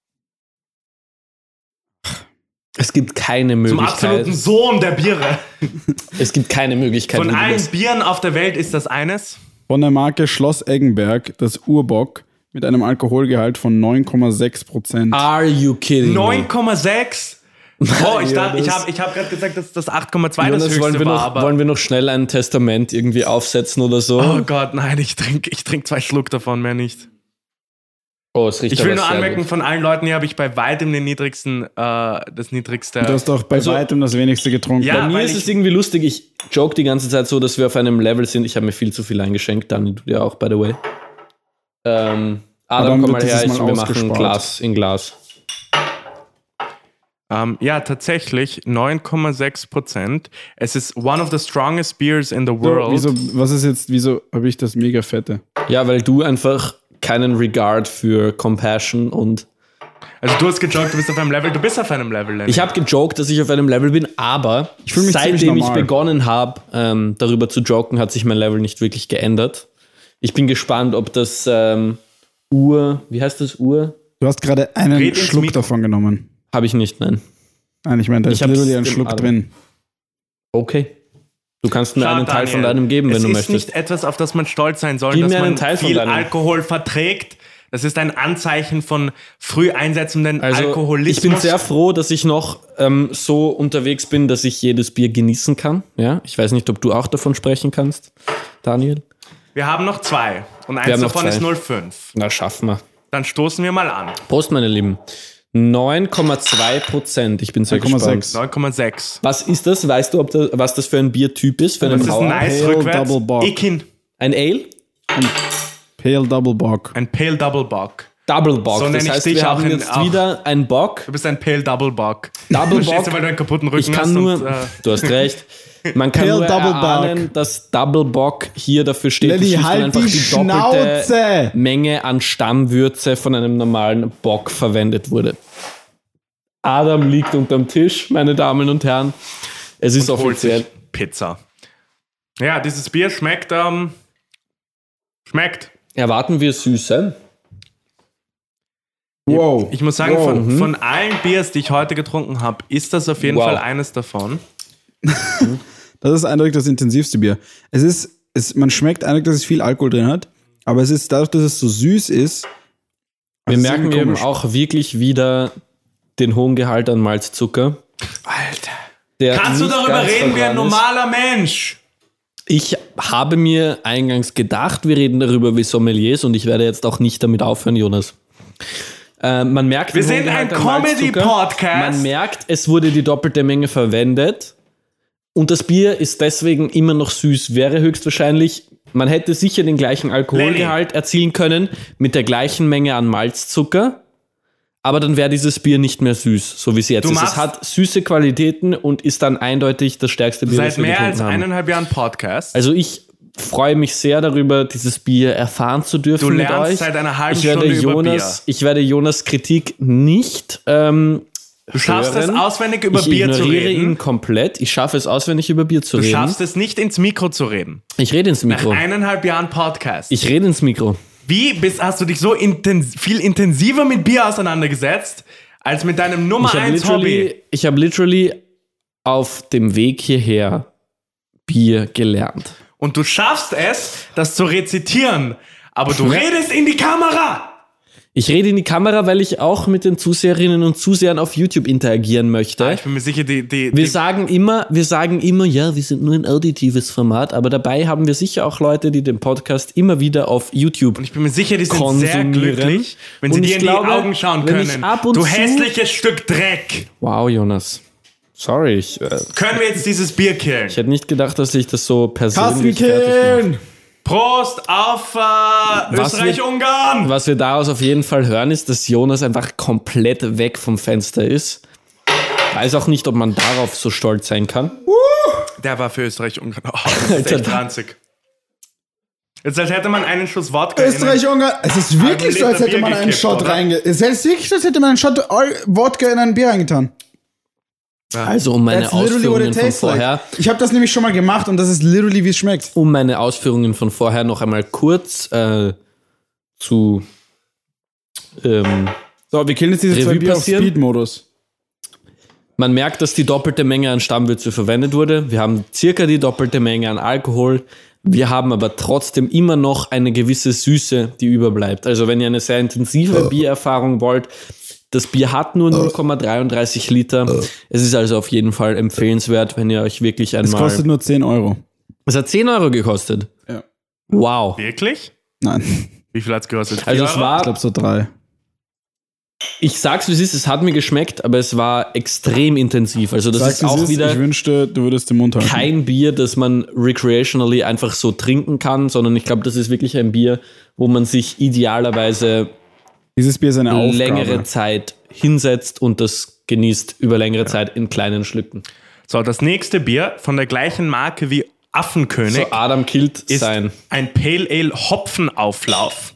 Es gibt keine Möglichkeit. Zum absoluten Sohn der Biere. Es gibt keine Möglichkeit. Von allen Bieren auf der Welt ist das eines. Von der Marke Schloss Eggenberg, das Urbock, mit einem Alkoholgehalt von 9,6%. Are you kidding 9,6? Oh, ich hab gerade gesagt, dass das 8,2 das höchste war. Wollen wir noch schnell ein Testament irgendwie aufsetzen oder so? Oh Gott, nein, ich trink 2 Schluck davon, mehr nicht. Oh, es riecht ich will nur anmerken, von allen Leuten hier habe ich bei weitem das niedrigste. Du hast doch bei weitem das wenigste getrunken. Ja, bei mir ist es irgendwie lustig. Ich joke die ganze Zeit so, dass wir auf einem Level sind. Ich habe mir viel zu viel eingeschenkt. Dani, du dir auch, by the way. Adam, komm mal her, wir machen Glas in Glas. Ja, tatsächlich 9,6%. Es ist one of the strongest beers in the world. Wieso habe ich das mega fette? Ja, weil du einfach keinen Regard für Compassion und... Also du hast gejoked, du bist auf einem Level, Lenny. Ich habe gejoked, dass ich auf einem Level bin, aber seitdem ich begonnen habe, darüber zu joken, hat sich mein Level nicht wirklich geändert. Ich bin gespannt, ob das wie heißt das Uhr? Du hast gerade einen Schluck davon genommen. Habe ich nicht, nein. Nein, ich meine, da ist literally ein Schluck drin. Okay. Du kannst mir einen Teil von deinem geben, wenn du möchtest. Es ist nicht etwas, auf das man stolz sein soll, dass man viel Alkohol verträgt. Das ist ein Anzeichen von früh einsetzenden Alkoholismus. Ich bin sehr froh, dass ich noch so unterwegs bin, dass ich jedes Bier genießen kann. Ja? Ich weiß nicht, ob du auch davon sprechen kannst, Daniel. Wir haben noch 2 und eins davon ist 0,5. Na, schaffen wir. Dann stoßen wir mal an. Prost, meine Lieben. 9,2%. Ich bin sehr gespannt. 9,6. Was ist das? Weißt du, was das für ein Biertyp ist? Für das ist ein nice rückwärts. Double Bock. Ein Ale? Ein Pale Double Bock. Ein Pale Double Bock. Double Bock. So das heißt, wir haben jetzt wieder einen Bock. Du bist ein Pale Double Bock. Double Bock. Verstehst du, weil du einen kaputten Rücken hast. Du hast recht. Man kann nur erahnen, dass Double Bock hier dafür steht, Lenny, dass halt einfach die doppelte Schnauze. Menge an Stammwürze von einem normalen Bock verwendet wurde. Adam liegt unterm Tisch, meine Damen und Herren. Es ist offiziell. Pizza. Ja, dieses Bier schmeckt. Erwarten wir Süße? Wow. Ich muss sagen, von allen Biers, die ich heute getrunken habe, ist das auf jeden Fall eines davon. Das ist eindeutig das intensivste Bier. Man schmeckt eindeutig, dass es viel Alkohol drin hat, aber es ist dadurch, dass es so süß ist. Wir merken eben auch wirklich wieder den hohen Gehalt an Malzzucker. Alter. Kannst du darüber reden wie ein normaler Mensch? Ich habe mir eingangs gedacht, wir reden darüber wie Sommeliers und ich werde jetzt auch nicht damit aufhören, Jonas. Man merkt, wir sind ein Comedy-Podcast. Man merkt, es wurde die doppelte Menge verwendet. Und das Bier ist deswegen immer noch süß. Wäre höchstwahrscheinlich, man hätte sicher den gleichen Alkoholgehalt erzielen können mit der gleichen Menge an Malzzucker. Aber dann wäre dieses Bier nicht mehr süß, so wie es jetzt ist. Es hat süße Qualitäten und ist dann eindeutig das stärkste Bier, das wir getrunken haben. Seit mehr als 1,5 Jahren Podcast. Also ich freue mich sehr darüber, dieses Bier erfahren zu dürfen mit euch. Du lernst seit einer halben Stunde über Bier. Ich werde Jonas' Kritik nicht Du schaffst es auswendig über Bier zu reden. Ich ignoriere ihn komplett. Ich schaffe es auswendig über Bier zu reden. Du schaffst es nicht ins Mikro zu reden. Ich rede ins Mikro. Nach 1,5 Jahren Podcast. Ich rede ins Mikro. Hast du dich so viel intensiver mit Bier auseinandergesetzt, als mit deinem Nummer 1 Hobby? Ich habe literally auf dem Weg hierher Bier gelernt. Und du schaffst es, das zu rezitieren, aber du redest in die Kamera. Ich rede in die Kamera, weil ich auch mit den Zuseherinnen und Zusehern auf YouTube interagieren möchte. Ich bin mir sicher, wir sagen immer, ja, wir sind nur ein auditives Format, aber dabei haben wir sicher auch Leute, die den Podcast immer wieder auf YouTube und ich bin mir sicher, die sind sehr glücklich, wenn sie dir in die Augen schauen können. Du hässliches Stück Dreck. Wow, Jonas. Sorry. Können wir jetzt dieses Bier killen? Ich hätte nicht gedacht, dass ich das so persönlich fertig mache. Prost auf Österreich-Ungarn! Was wir daraus auf jeden Fall hören, ist, dass Jonas einfach komplett weg vom Fenster ist. Ich weiß auch nicht, ob man darauf so stolz sein kann. Der war für Österreich-Ungarn. Oh, das ist echt ranzig. Jetzt als hätte man einen Schuss Wodka Österreich-Ungarn. Es ist wirklich so, als hätte man einen Shot reingetan. Es ist wirklich so, als hätte man einen Shot Wodka in ein Bier reingetan. Also um meine Ausführungen von vorher... Like. Ich habe das nämlich schon mal gemacht und das ist literally, wie es schmeckt. Um meine Ausführungen von vorher noch einmal kurz zu... so, wir killen jetzt diese zwei Bier auf Speed-Modus. Man merkt, dass die doppelte Menge an Stammwürze verwendet wurde. Wir haben circa die doppelte Menge an Alkohol. Wir haben aber trotzdem immer noch eine gewisse Süße, die überbleibt. Also wenn ihr eine sehr intensive Biererfahrung wollt... Das Bier hat nur 0,33 Liter. Es ist also auf jeden Fall empfehlenswert, wenn ihr euch wirklich einmal... Es kostet nur 10 Euro. Es hat 10 Euro gekostet? Ja. Wow. Wirklich? Nein. Wie viel hat es gekostet? Also es war... Ich glaube so 3. Ich sag's wie es ist, es hat mir geschmeckt, aber es war extrem intensiv. Also das ist auch wieder... Ich wünschte, du würdest den Mund halten. Kein Bier, das man recreationally einfach so trinken kann, sondern ich glaube, das ist wirklich ein Bier, wo man sich idealerweise... Dieses Bier ist eine Aufgabe. Längere Zeit hinsetzt und das genießt über längere Zeit in kleinen Schlücken. So, das nächste Bier von der gleichen Marke wie Affenkönig so Adam Killt ist sein. Ein Pale Ale Hopfenauflauf.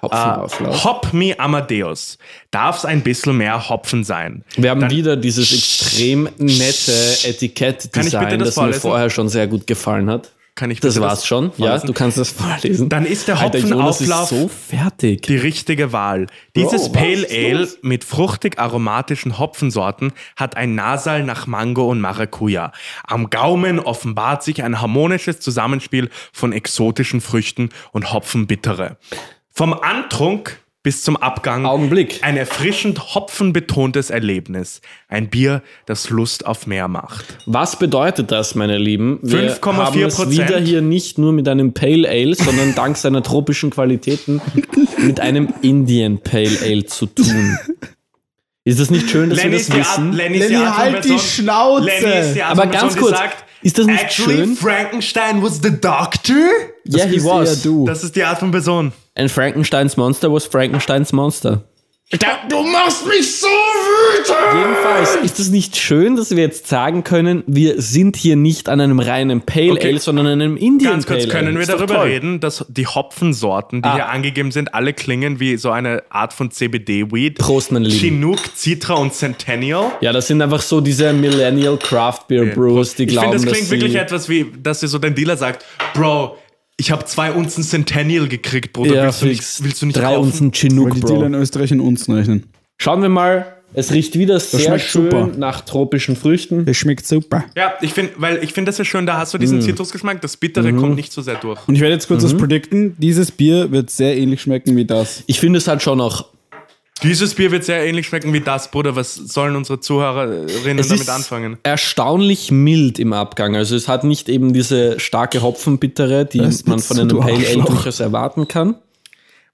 Hop Me Amadeus. Darf es ein bisschen mehr Hopfen sein? Wir haben wieder dieses extrem nette Etikett-Design, das mir vorher schon sehr gut gefallen hat. Das war's schon. Ja, du kannst das vorlesen. Dann ist der Hopfenauflauf so fertig. Die richtige Wahl. Dieses Pale Ale mit fruchtig aromatischen Hopfensorten hat ein Nasal nach Mango und Maracuja. Am Gaumen offenbart sich ein harmonisches Zusammenspiel von exotischen Früchten und Hopfenbittere. Vom Antrunk bis zum Abgang ein erfrischend hopfenbetontes Erlebnis. Ein Bier, das Lust auf mehr macht. Was bedeutet das, meine Lieben? Wir 5,4%. haben es wieder hier nicht nur mit einem Pale Ale, sondern dank seiner tropischen Qualitäten mit einem Indian Pale Ale zu tun. Ist das nicht schön, dass wir das wissen? Lenny, halt die Schnauze! Aber ganz kurz, ist das nicht schön? Frankenstein was the doctor? Yeah, he was. Das ist die Art von Person. And Frankensteins Monster was Frankensteins Monster. Du machst mich so wütend! Jedenfalls ist es nicht schön, dass wir jetzt sagen können, wir sind hier nicht an einem reinen Pale Ale, sondern an einem Indian Pale Ale. Ganz kurz, können wir darüber reden, dass die Hopfensorten, die hier angegeben sind, alle klingen wie so eine Art von CBD-Weed. Prost, meine Lieben. Chinook, Citra und Centennial. Ja, das sind einfach so diese Millennial Craft Beer Brews, die glauben, dass ich finde, das klingt wirklich etwas wie, dass dir so dein Dealer sagt, Bro, ich habe 2 Unzen Centennial gekriegt, Bruder. Ja, willst du nicht 3 Unzen Chinook, Bro. Die Dealer in Österreich in Unzen rechnen. Schauen wir mal. Es riecht wieder sehr schön super nach tropischen Früchten. Es schmeckt super. Ja, ich finde das ja schön, da hast du diesen Zitrusgeschmack, das Bittere kommt nicht so sehr durch. Und ich werde jetzt kurz das predikten. Dieses Bier wird sehr ähnlich schmecken wie das. Ich finde es halt schon auch... Dieses Bier wird sehr ähnlich schmecken wie das, Bruder. Was sollen unsere Zuhörerinnen damit anfangen? Erstaunlich mild im Abgang. Also es hat nicht eben diese starke Hopfenbittere, die man von einem Pale Ale durchaus erwarten kann.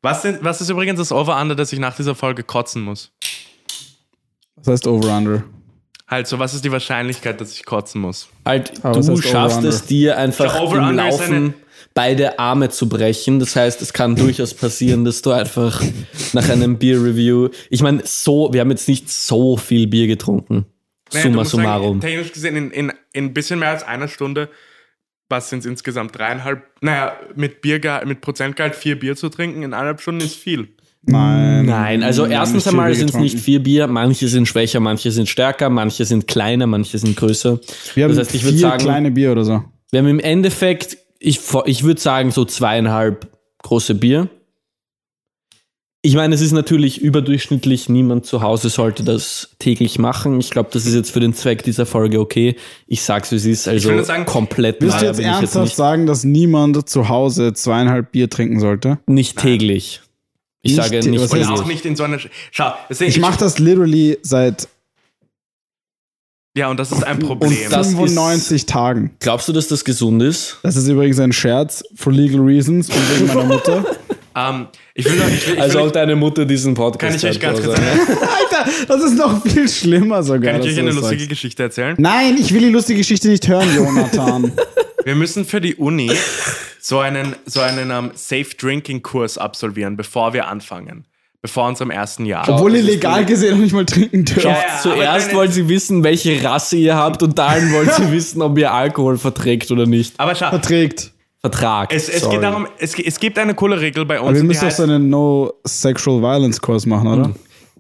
Was ist übrigens das Over-Under, dass ich nach dieser Folge kotzen muss? Was heißt Over-Under? Halt so, was ist die Wahrscheinlichkeit, dass ich kotzen muss? Halt, du schaffst es dir einfach im Laufen beide Arme zu brechen. Das heißt, es kann durchaus passieren, dass du einfach nach einem Bier-Review... Ich meine, wir haben jetzt nicht so viel Bier getrunken. Summa summarum. Sagen, technisch gesehen, in ein bisschen mehr als einer Stunde, was sind es insgesamt 3,5... Naja, mit Prozentgehalt 4 Bier zu trinken in 1,5 Stunden ist viel. Nein, also erstens einmal sind es nicht 4 Bier, manche sind schwächer, manche sind stärker, manche sind kleiner, manche sind größer. Wir haben 4 kleine Bier oder so. Wir haben im Endeffekt, ich würde sagen, so 2,5 große Bier. Ich meine, es ist natürlich überdurchschnittlich, niemand zu Hause sollte das täglich machen. Ich glaube, das ist jetzt für den Zweck dieser Folge okay. Ich sag's, wie es ist, also komplett. Willst du jetzt ernsthaft sagen, dass niemand zu Hause 2,5 Bier trinken sollte? Nicht täglich. Ich sage nicht und auch nicht in so einer... Schau, ich mache das literally seit... Ja, und das ist ein Problem. 95 Tagen. Glaubst du, dass das gesund ist? Das ist übrigens ein Scherz, for legal reasons und wegen meiner Mutter. Also auch deine Mutter diesen Podcast. Kann ich euch ganz kurz sagen? Alter, das ist noch viel schlimmer sogar. Kann ich euch eine lustige Geschichte erzählen? Nein, ich will die lustige Geschichte nicht hören, Jonathan. Wir müssen für die Uni so einen Safe-Drinking-Kurs absolvieren, bevor wir anfangen. Bevor unserem ersten Jahr. Obwohl ihr legal gesehen noch nicht mal trinken dürft. Ja, zuerst wollen sie wissen, welche Rasse ihr habt und dann wollen sie wissen, ob ihr Alkohol verträgt oder nicht. Aber schau. Vertrag. Es geht darum, es gibt eine coole Regel bei uns. Aber wir müssen doch so einen No-Sexual-Violence-Kurs machen, oder?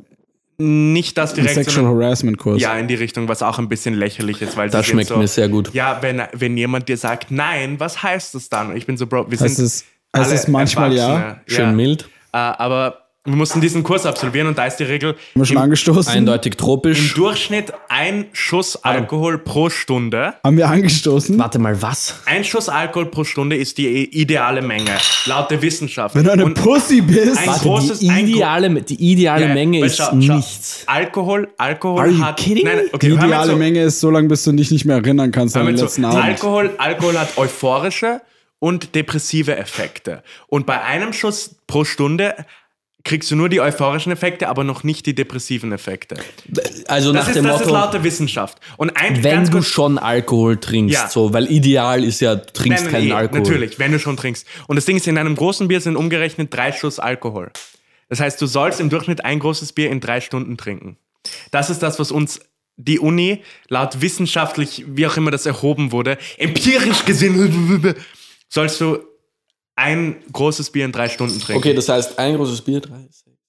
Nicht das direkt. Sexual Harassment-Kurs. Ja, in die Richtung, was auch ein bisschen lächerlich ist. Weil das schmeckt mir sehr gut. Ja, wenn jemand dir sagt, nein, was heißt das dann? Ich bin so, Bro, wir sind es manchmal ja. Schön mild. Aber wir mussten diesen Kurs absolvieren und da ist die Regel... Haben wir schon angestoßen? Eindeutig tropisch. Im Durchschnitt 1 Schuss Alkohol pro Stunde. Haben wir angestoßen? Warte mal, was? 1 Schuss Alkohol pro Stunde ist die ideale Menge, laut der Wissenschaft. Wenn du eine Pussy bist... Die ideale Menge ist nichts. Alkohol hat... Nein, okay, die ideale Menge ist so lange, bis du dich nicht mehr erinnern kannst an den letzten Abend. Alkohol hat euphorische und depressive Effekte. Und bei einem Schuss pro Stunde... kriegst du nur die euphorischen Effekte, aber noch nicht die depressiven Effekte. Also das ist laut der Wissenschaft. Und wenn du schon Alkohol trinkst, ja. So, weil ideal ist ja, du trinkst keinen Alkohol. Natürlich, wenn du schon trinkst. Und das Ding ist, in einem großen Bier sind umgerechnet 3 Schuss Alkohol. Das heißt, du sollst im Durchschnitt ein großes Bier in 3 Stunden trinken. Das ist das, was uns die Uni, laut wissenschaftlich, wie auch immer das erhoben wurde, empirisch gesehen, sollst du ein großes Bier in 3 Stunden trinken. Okay, das heißt, ein großes Bier, 3.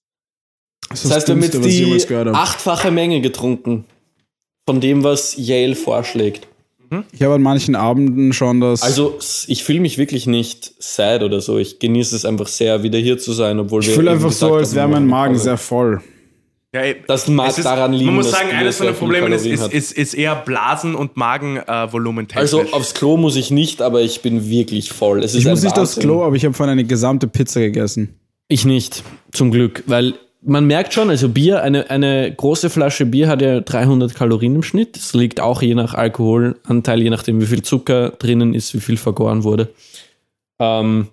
Das heißt, wir haben jetzt die 8-fache Menge getrunken von dem, was Yale vorschlägt. Ich habe an manchen Abenden schon das... Also, ich fühle mich wirklich nicht sad oder so. Ich genieße es einfach sehr, wieder hier zu sein, obwohl ich fühle einfach so, als wäre mein Magen sehr voll. Ja, das mag daran liegen, man muss sagen, eines von den Problemen ist eher Blasen- und Magenvolumen technisch. Also aufs Klo muss ich nicht, aber ich bin wirklich voll. Ich muss nicht aufs Klo, aber ich habe vorhin eine gesamte Pizza gegessen. Ich nicht, zum Glück, weil man merkt schon, also Bier, eine große Flasche Bier hat ja 300 Kalorien im Schnitt. Das liegt auch je nach Alkoholanteil, je nachdem wie viel Zucker drinnen ist, wie viel vergoren wurde. Anhand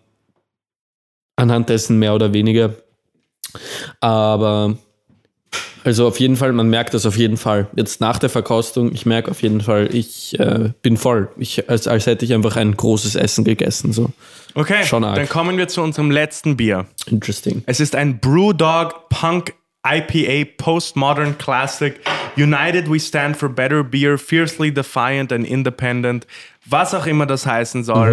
dessen mehr oder weniger. Aber... Also auf jeden Fall, man merkt das auf jeden Fall. Jetzt nach der Verkostung, ich merke auf jeden Fall, ich bin voll. Als hätte ich einfach ein großes Essen gegessen. So. Okay, schon arg. Dann kommen wir zu unserem letzten Bier. Interesting. Es ist ein Brewdog Punk IPA Postmodern Classic. United we stand for better beer, fiercely defiant and independent. Was auch immer das heißen soll.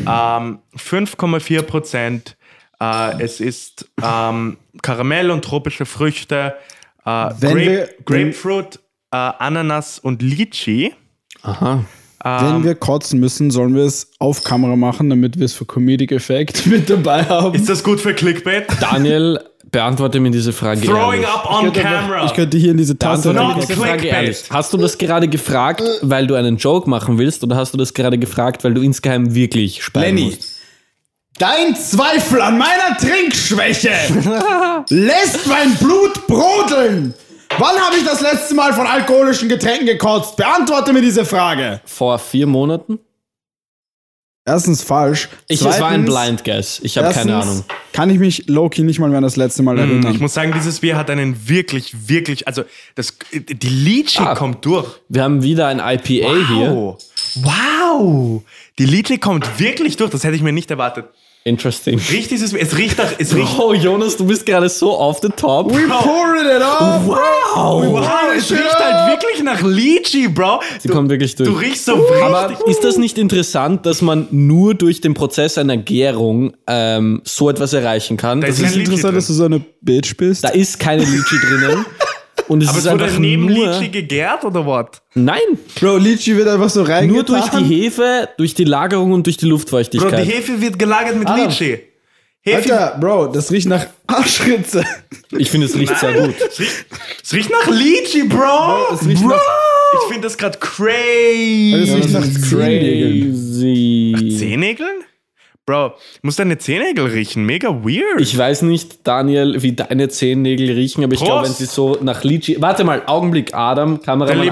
5,4%. Es ist Karamell und tropische Früchte. Grapefruit, Ananas und Lychee. Aha. Wenn wir kotzen müssen, sollen wir es auf Kamera machen, damit wir es für Comedic Effect mit dabei haben. Ist das gut für Clickbait? Daniel, beantworte mir diese Frage Throwing ehrlich. up on camera. Ich könnte hier in diese Tasse... Hast du das gerade gefragt, weil du einen Joke machen willst, oder hast du das gerade gefragt, weil du insgeheim wirklich speien musst? Dein Zweifel an meiner Trinkschwäche lässt mein Blut brodeln. Wann habe ich das letzte Mal von alkoholischen Getränken gekotzt? Beantworte mir diese Frage. Vor 4 Monaten? Erstens falsch. Es war ein Blind Guess. Ich habe keine Ahnung. kann ich mich low-key nicht mal mehr an das letzte Mal erinnern. Ich muss sagen, dieses Bier hat einen wirklich, also die Lychee kommt durch. Wir haben wieder ein IPA hier. Wow! Die Lychee kommt wirklich durch, das hätte ich mir nicht erwartet. Interesting. Es riecht Oh, Jonas, du bist gerade so off the top. We poured it off! Wow, es riecht halt wirklich nach Lychee, Bro. Sie kommt wirklich durch. Du riechst so richtig. Aber ist das nicht interessant, dass man nur durch den Prozess einer Gärung so etwas erreichen kann? Das ist interessant, dass du so eine Bitch bist. Da ist keine Lychee drinnen. Und aber es wurde neben Lychee gegärt oder was? Nein. Bro, Lychee wird einfach so reingetan. Nur durch die Hefe, durch die Lagerung und durch die Luftfeuchtigkeit. Bro, die Hefe wird gelagert mit Lychee. Alter, Bro, das riecht nach Arschritze. Ich finde, es riecht sehr gut. Es riecht nach Lychee, Bro. Es riecht Ich finde das gerade crazy. Es riecht nach Zehennägeln. Crazy. Zehennägeln? Bro, muss deine Zehennägel riechen. Mega weird. Ich weiß nicht, Daniel, wie deine Zehennägel riechen, aber ich glaube, wenn sie so nach Lychee... Warte mal, Augenblick, Adam, Kameramann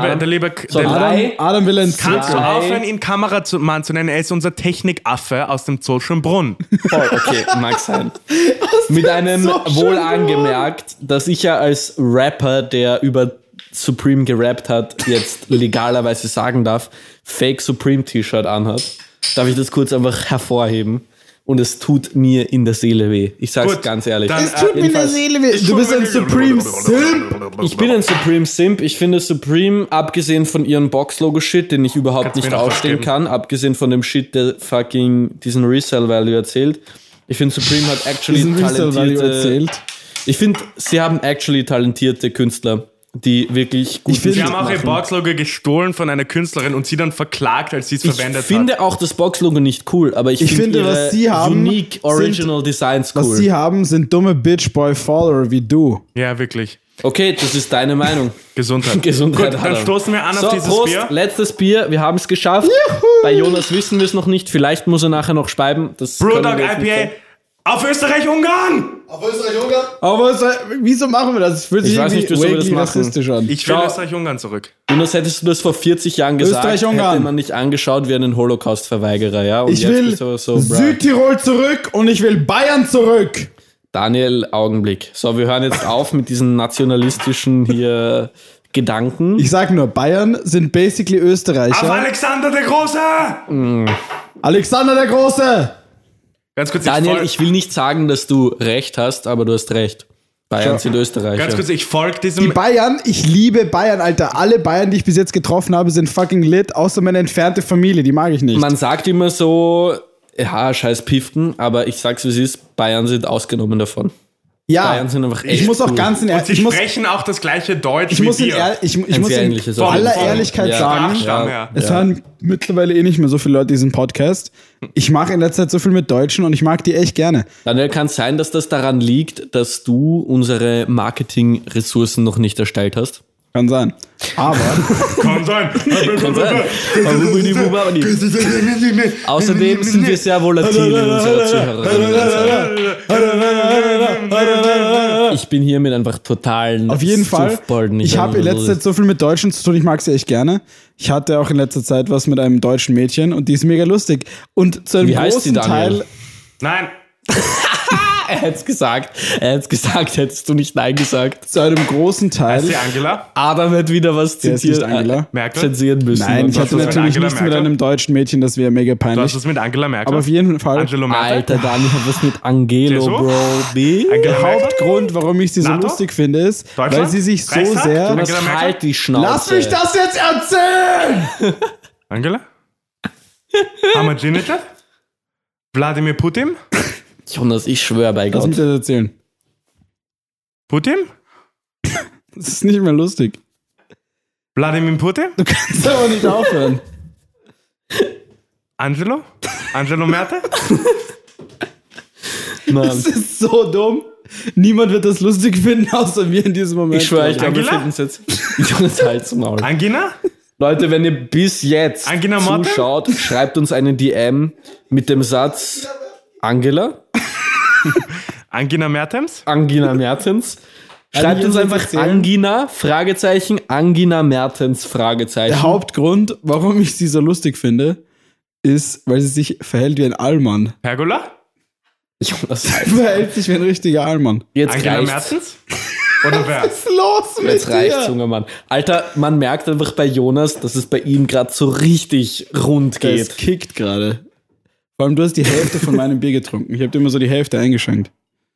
Adam will ein Kannst du aufhören, ihn Kameramann zu nennen? Er ist unser Technikaffe aus dem Zollschen Brunn. Oh, okay, mag sein. Mit einem wohl angemerkt, dass ich ja als Rapper, der über Supreme gerappt hat, jetzt legalerweise sagen darf, Fake Supreme T-Shirt anhat. Darf ich das kurz einfach hervorheben? Und es tut mir in der Seele weh. Ich sag's ganz ehrlich. Es tut mir in der Seele weh. Du bist ein Supreme Simp. Ich bin ein Supreme Simp. Ich finde Supreme, abgesehen von ihrem Box-Logo-Shit, den ich überhaupt nicht ausstehen kann, abgesehen von dem Shit, der fucking diesen Resale-Value erzählt. Ich finde Supreme hat actually talentierte... Ich finde, sie haben actually talentierte Künstler, die wirklich gut sind. Sie haben auch ihr Box-Logo gestohlen von einer Künstlerin und sie dann verklagt, als sie es verwendet hat. Ich finde auch das Box-Logo nicht cool, aber ich finde was sie haben, unique Original Designs cool. Was sie haben, sind dumme Bitch-Boy-Follower wie du. Ja, wirklich. Okay, das ist deine Meinung. Gesundheit. Gut, dann stoßen wir an auf dieses Prost, Bier. Letztes Bier, wir haben es geschafft. Juhu. Bei Jonas wissen wir es noch nicht, vielleicht muss er nachher noch schreiben. Brewdog IPA auf Österreich-Ungarn! Auf Österreich-Ungarn? Aber wieso machen wir das? Ich weiß nicht, wieso wir das machen. Rassistisch an. Ich will Österreich-Ungarn zurück. Jonas, hättest du das vor 40 Jahren gesagt, hätte man nicht angeschaut wie einen Holocaust-Verweigerer. Ja? Und ich will Südtirol zurück und ich will Bayern zurück. Daniel, Augenblick. So, wir hören jetzt auf mit diesen nationalistischen hier Gedanken. Ich sag nur, Bayern sind basically Österreicher. Auf Alexander der Große! Alexander der Große! Ganz kurz, Daniel, ich will nicht sagen, dass du recht hast, aber du hast recht. Bayern sind Österreicher. Ganz kurz, ich folge diesem... Die Bayern, ich liebe Bayern, Alter. Alle Bayern, die ich bis jetzt getroffen habe, sind fucking lit, außer meine entfernte Familie, die mag ich nicht. Man sagt immer so, ja, scheiß Piften, aber ich sag's wie es ist, Bayern sind ausgenommen davon. Ja, Bayern sind einfach echt ich muss auch cool. ganz in Sie sprechen auch das gleiche Deutsch wie wir. Ich muss in aller Ehrlichkeit sagen, es hören mittlerweile nicht mehr so viele Leute diesen Podcast. Ich mache in letzter Zeit so viel mit Deutschen und ich mag die echt gerne. Daniel, kann es sein, dass das daran liegt, dass du unsere Marketing-Ressourcen noch nicht erstellt hast? Kann sein. Aber. Kann sein. Außerdem sind wir sehr volatil in unserer Zuhörerinnen. Ich bin hiermit einfach total. Auf jeden Fall. Ich habe in letzter Zeit so viel mit Deutschen zu tun, ich mag sie echt gerne. Ich hatte auch in letzter Zeit was mit einem deutschen Mädchen und die ist mega lustig. Und zu einem großen Teil. Nein. Er hätte es gesagt, hättest du nicht Nein gesagt. Zu einem großen Teil. Heißt die Angela? Adam hat wieder was zitiert. Zensieren müssen. Nein, ich hatte natürlich nichts mit einem deutschen Mädchen, das wäre mega peinlich. Du hast es mit Angela Merkel? Aber auf jeden Fall. Alter, Dani hat was mit Angelo, Bro. Der Hauptgrund, warum ich sie so lustig finde, ist, weil sie sich so sehr... Halt die Schnauze. Lass mich das jetzt erzählen! Angela? Ahmadinejad? Wladimir Putin? Jonas, ich schwöre bei Gott. Lass mich das erzählen. Putin? Das ist nicht mehr lustig. Wladimir Putin? Du kannst aber nicht aufhören. Angelo? Angelo Merte? Das ist so dumm. Niemand wird das lustig finden, außer wir in diesem Moment. Ich schwöre, ich glaube, wir finden es jetzt. Jonas, halt's Maul. Angina? Leute, wenn ihr bis jetzt zuschaut, schreibt uns eine DM mit dem Satz Angela? Angina Mertens? Angina Mertens. Schreibt uns einfach Angina, Fragezeichen, Angina Mertens, Fragezeichen. Der Hauptgrund, warum ich sie so lustig finde, ist, weil sie sich verhält wie ein Allmann. Pergola? Jonas verhält sich wie ein richtiger Allmann. Jetzt Angela Mertens? Oder wer? Was ist los mit Jetzt reicht's, junger Mann. Alter, man merkt einfach bei Jonas, dass es bei ihm gerade so richtig rund geht. Es kickt gerade. Vor allem, du hast die Hälfte von meinem Bier getrunken. Ich habe dir immer so die Hälfte eingeschenkt.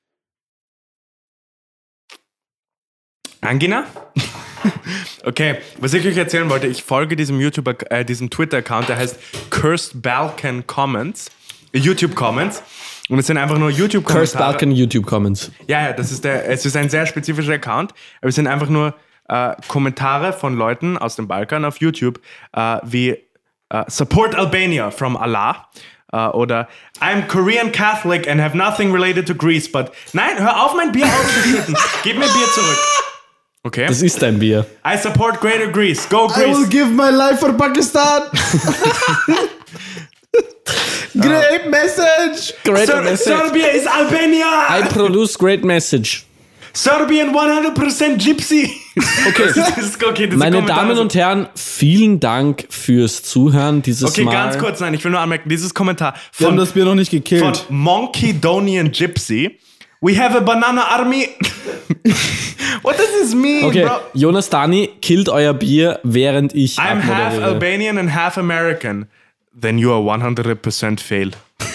Angina? Okay, was ich euch erzählen wollte, ich folge diesem diesem Twitter-Account, der heißt Cursed Balkan Comments. YouTube Comments. Und es sind einfach nur YouTube-Kommentare. Cursed Balkan YouTube Comments. Ja, es ist ein sehr spezifischer Account, aber es sind einfach nur Kommentare von Leuten aus dem Balkan auf YouTube, wie Support Albania from Allah oder I'm Korean Catholic and have nothing related to Greece, but nein, hör auf mein Bier auszuschütten. Gib mir Bier zurück. Okay. Das ist dein Bier. I support Greater Greece. Go Greece. I will give my life for Pakistan. Great message. Great message. Serbia is Albania. I produce great message. Serbian 100% Gypsy. Okay. Meine Damen und Herren, vielen Dank fürs Zuhören dieses Mal. Okay, ganz kurz, nein, ich will nur anmerken, dieses Kommentar Wir haben das Bier noch nicht gekillt. Von Monkeydonian Gypsy. We have a banana army. What does this mean, okay, bro? Jonas Dani, killt euer Bier, während ich I'm half Albanian and half American. Then you are 100% fail.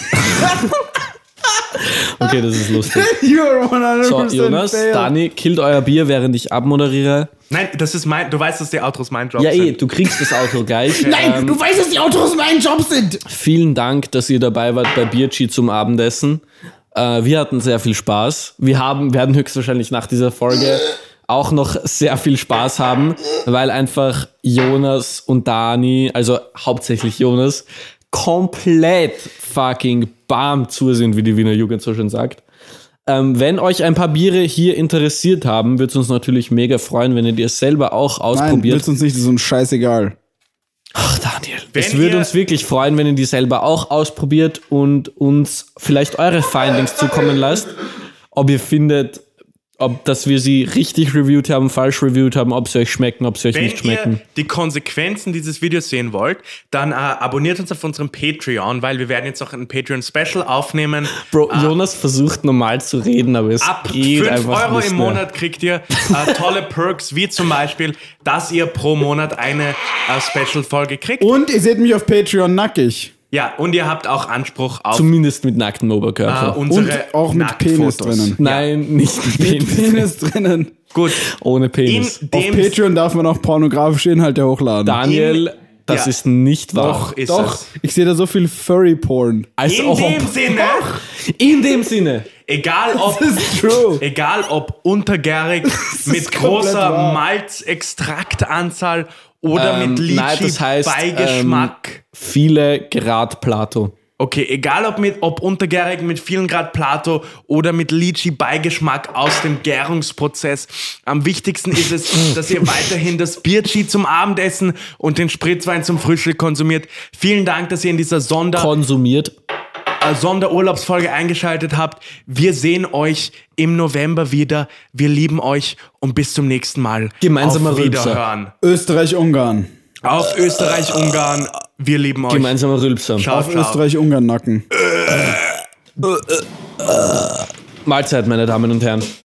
Okay, das ist lustig. You are 100% So, Jonas, fail. Dani, killt euer Bier, während ich abmoderiere. Nein, das ist du weißt, dass die Outros mein Job Ja, sind. du kriegst das Outro gleich. Nein, du weißt, dass die Autos mein Job sind. Vielen Dank, dass ihr dabei wart bei Bierchi zum Abendessen. Wir hatten sehr viel Spaß. Wir werden höchstwahrscheinlich nach dieser Folge auch noch sehr viel Spaß haben, weil einfach Jonas und Dani, also hauptsächlich Jonas, komplett fucking bam zu sind, wie die Wiener Jugend so schön sagt. Wenn euch ein paar Biere hier interessiert haben, würde es uns natürlich mega freuen, wenn ihr die selber auch ausprobiert. Nein, willst uns nicht, das ist uns scheißegal. Ach, Daniel. Es würde uns wirklich freuen, wenn ihr die selber auch ausprobiert und uns vielleicht eure Findings zukommen lasst. Ob ihr findet, dass wir sie richtig reviewed haben, falsch reviewed haben, ob sie euch schmecken, ob sie euch nicht schmecken. Wenn ihr die Konsequenzen dieses Videos sehen wollt, dann abonniert uns auf unserem Patreon, weil wir werden jetzt noch ein Patreon-Special aufnehmen. Bro, Jonas versucht normal zu reden, aber es ab geht 5 einfach Euro nicht im mehr. Monat kriegt ihr tolle Perks, wie zum Beispiel, dass ihr pro Monat eine Special-Folge kriegt. Und ihr seht mich auf Patreon nackig. Ja, und ihr habt auch Anspruch auf Zumindest mit nacktem Oberkörper. unsere Und auch mit Penis drinnen. Nein, nicht mit Penis. Penis drinnen. Gut. Ohne Penis. Auf Patreon darf man auch pornografische Inhalte hochladen. Daniel, das ist nicht wahr. Doch, ist Doch, es. ich sehe da so viel Furry-Porn. Als In ob. dem Sinne, In dem Sinne. egal ob, Das ist true. egal ob untergärig, mit komplett großer wahr. Malzextraktanzahl oder mit Nein, das heißt, Litchi-Beigeschmack. viele Grad Plato. Okay, egal ob untergärig mit vielen Grad Plato oder mit Litchi-Beigeschmack aus dem Gärungsprozess. Am wichtigsten ist es, dass ihr weiterhin das Bierchi zum Abendessen und den Spritzwein zum Frühstück konsumiert. Vielen Dank, dass ihr in dieser Konsumiert. Sonderurlaubsfolge eingeschaltet habt. Wir sehen euch im November wieder. Wir lieben euch und bis zum nächsten Mal. Gemeinsamer Auf Rülpser. Wiederhören. Österreich-Ungarn. Auf Österreich-Ungarn. Wir lieben euch. Gemeinsamer Rülpser. Ciao, Auf ciao. Österreich-Ungarn-Nacken. Mahlzeit, meine Damen und Herren.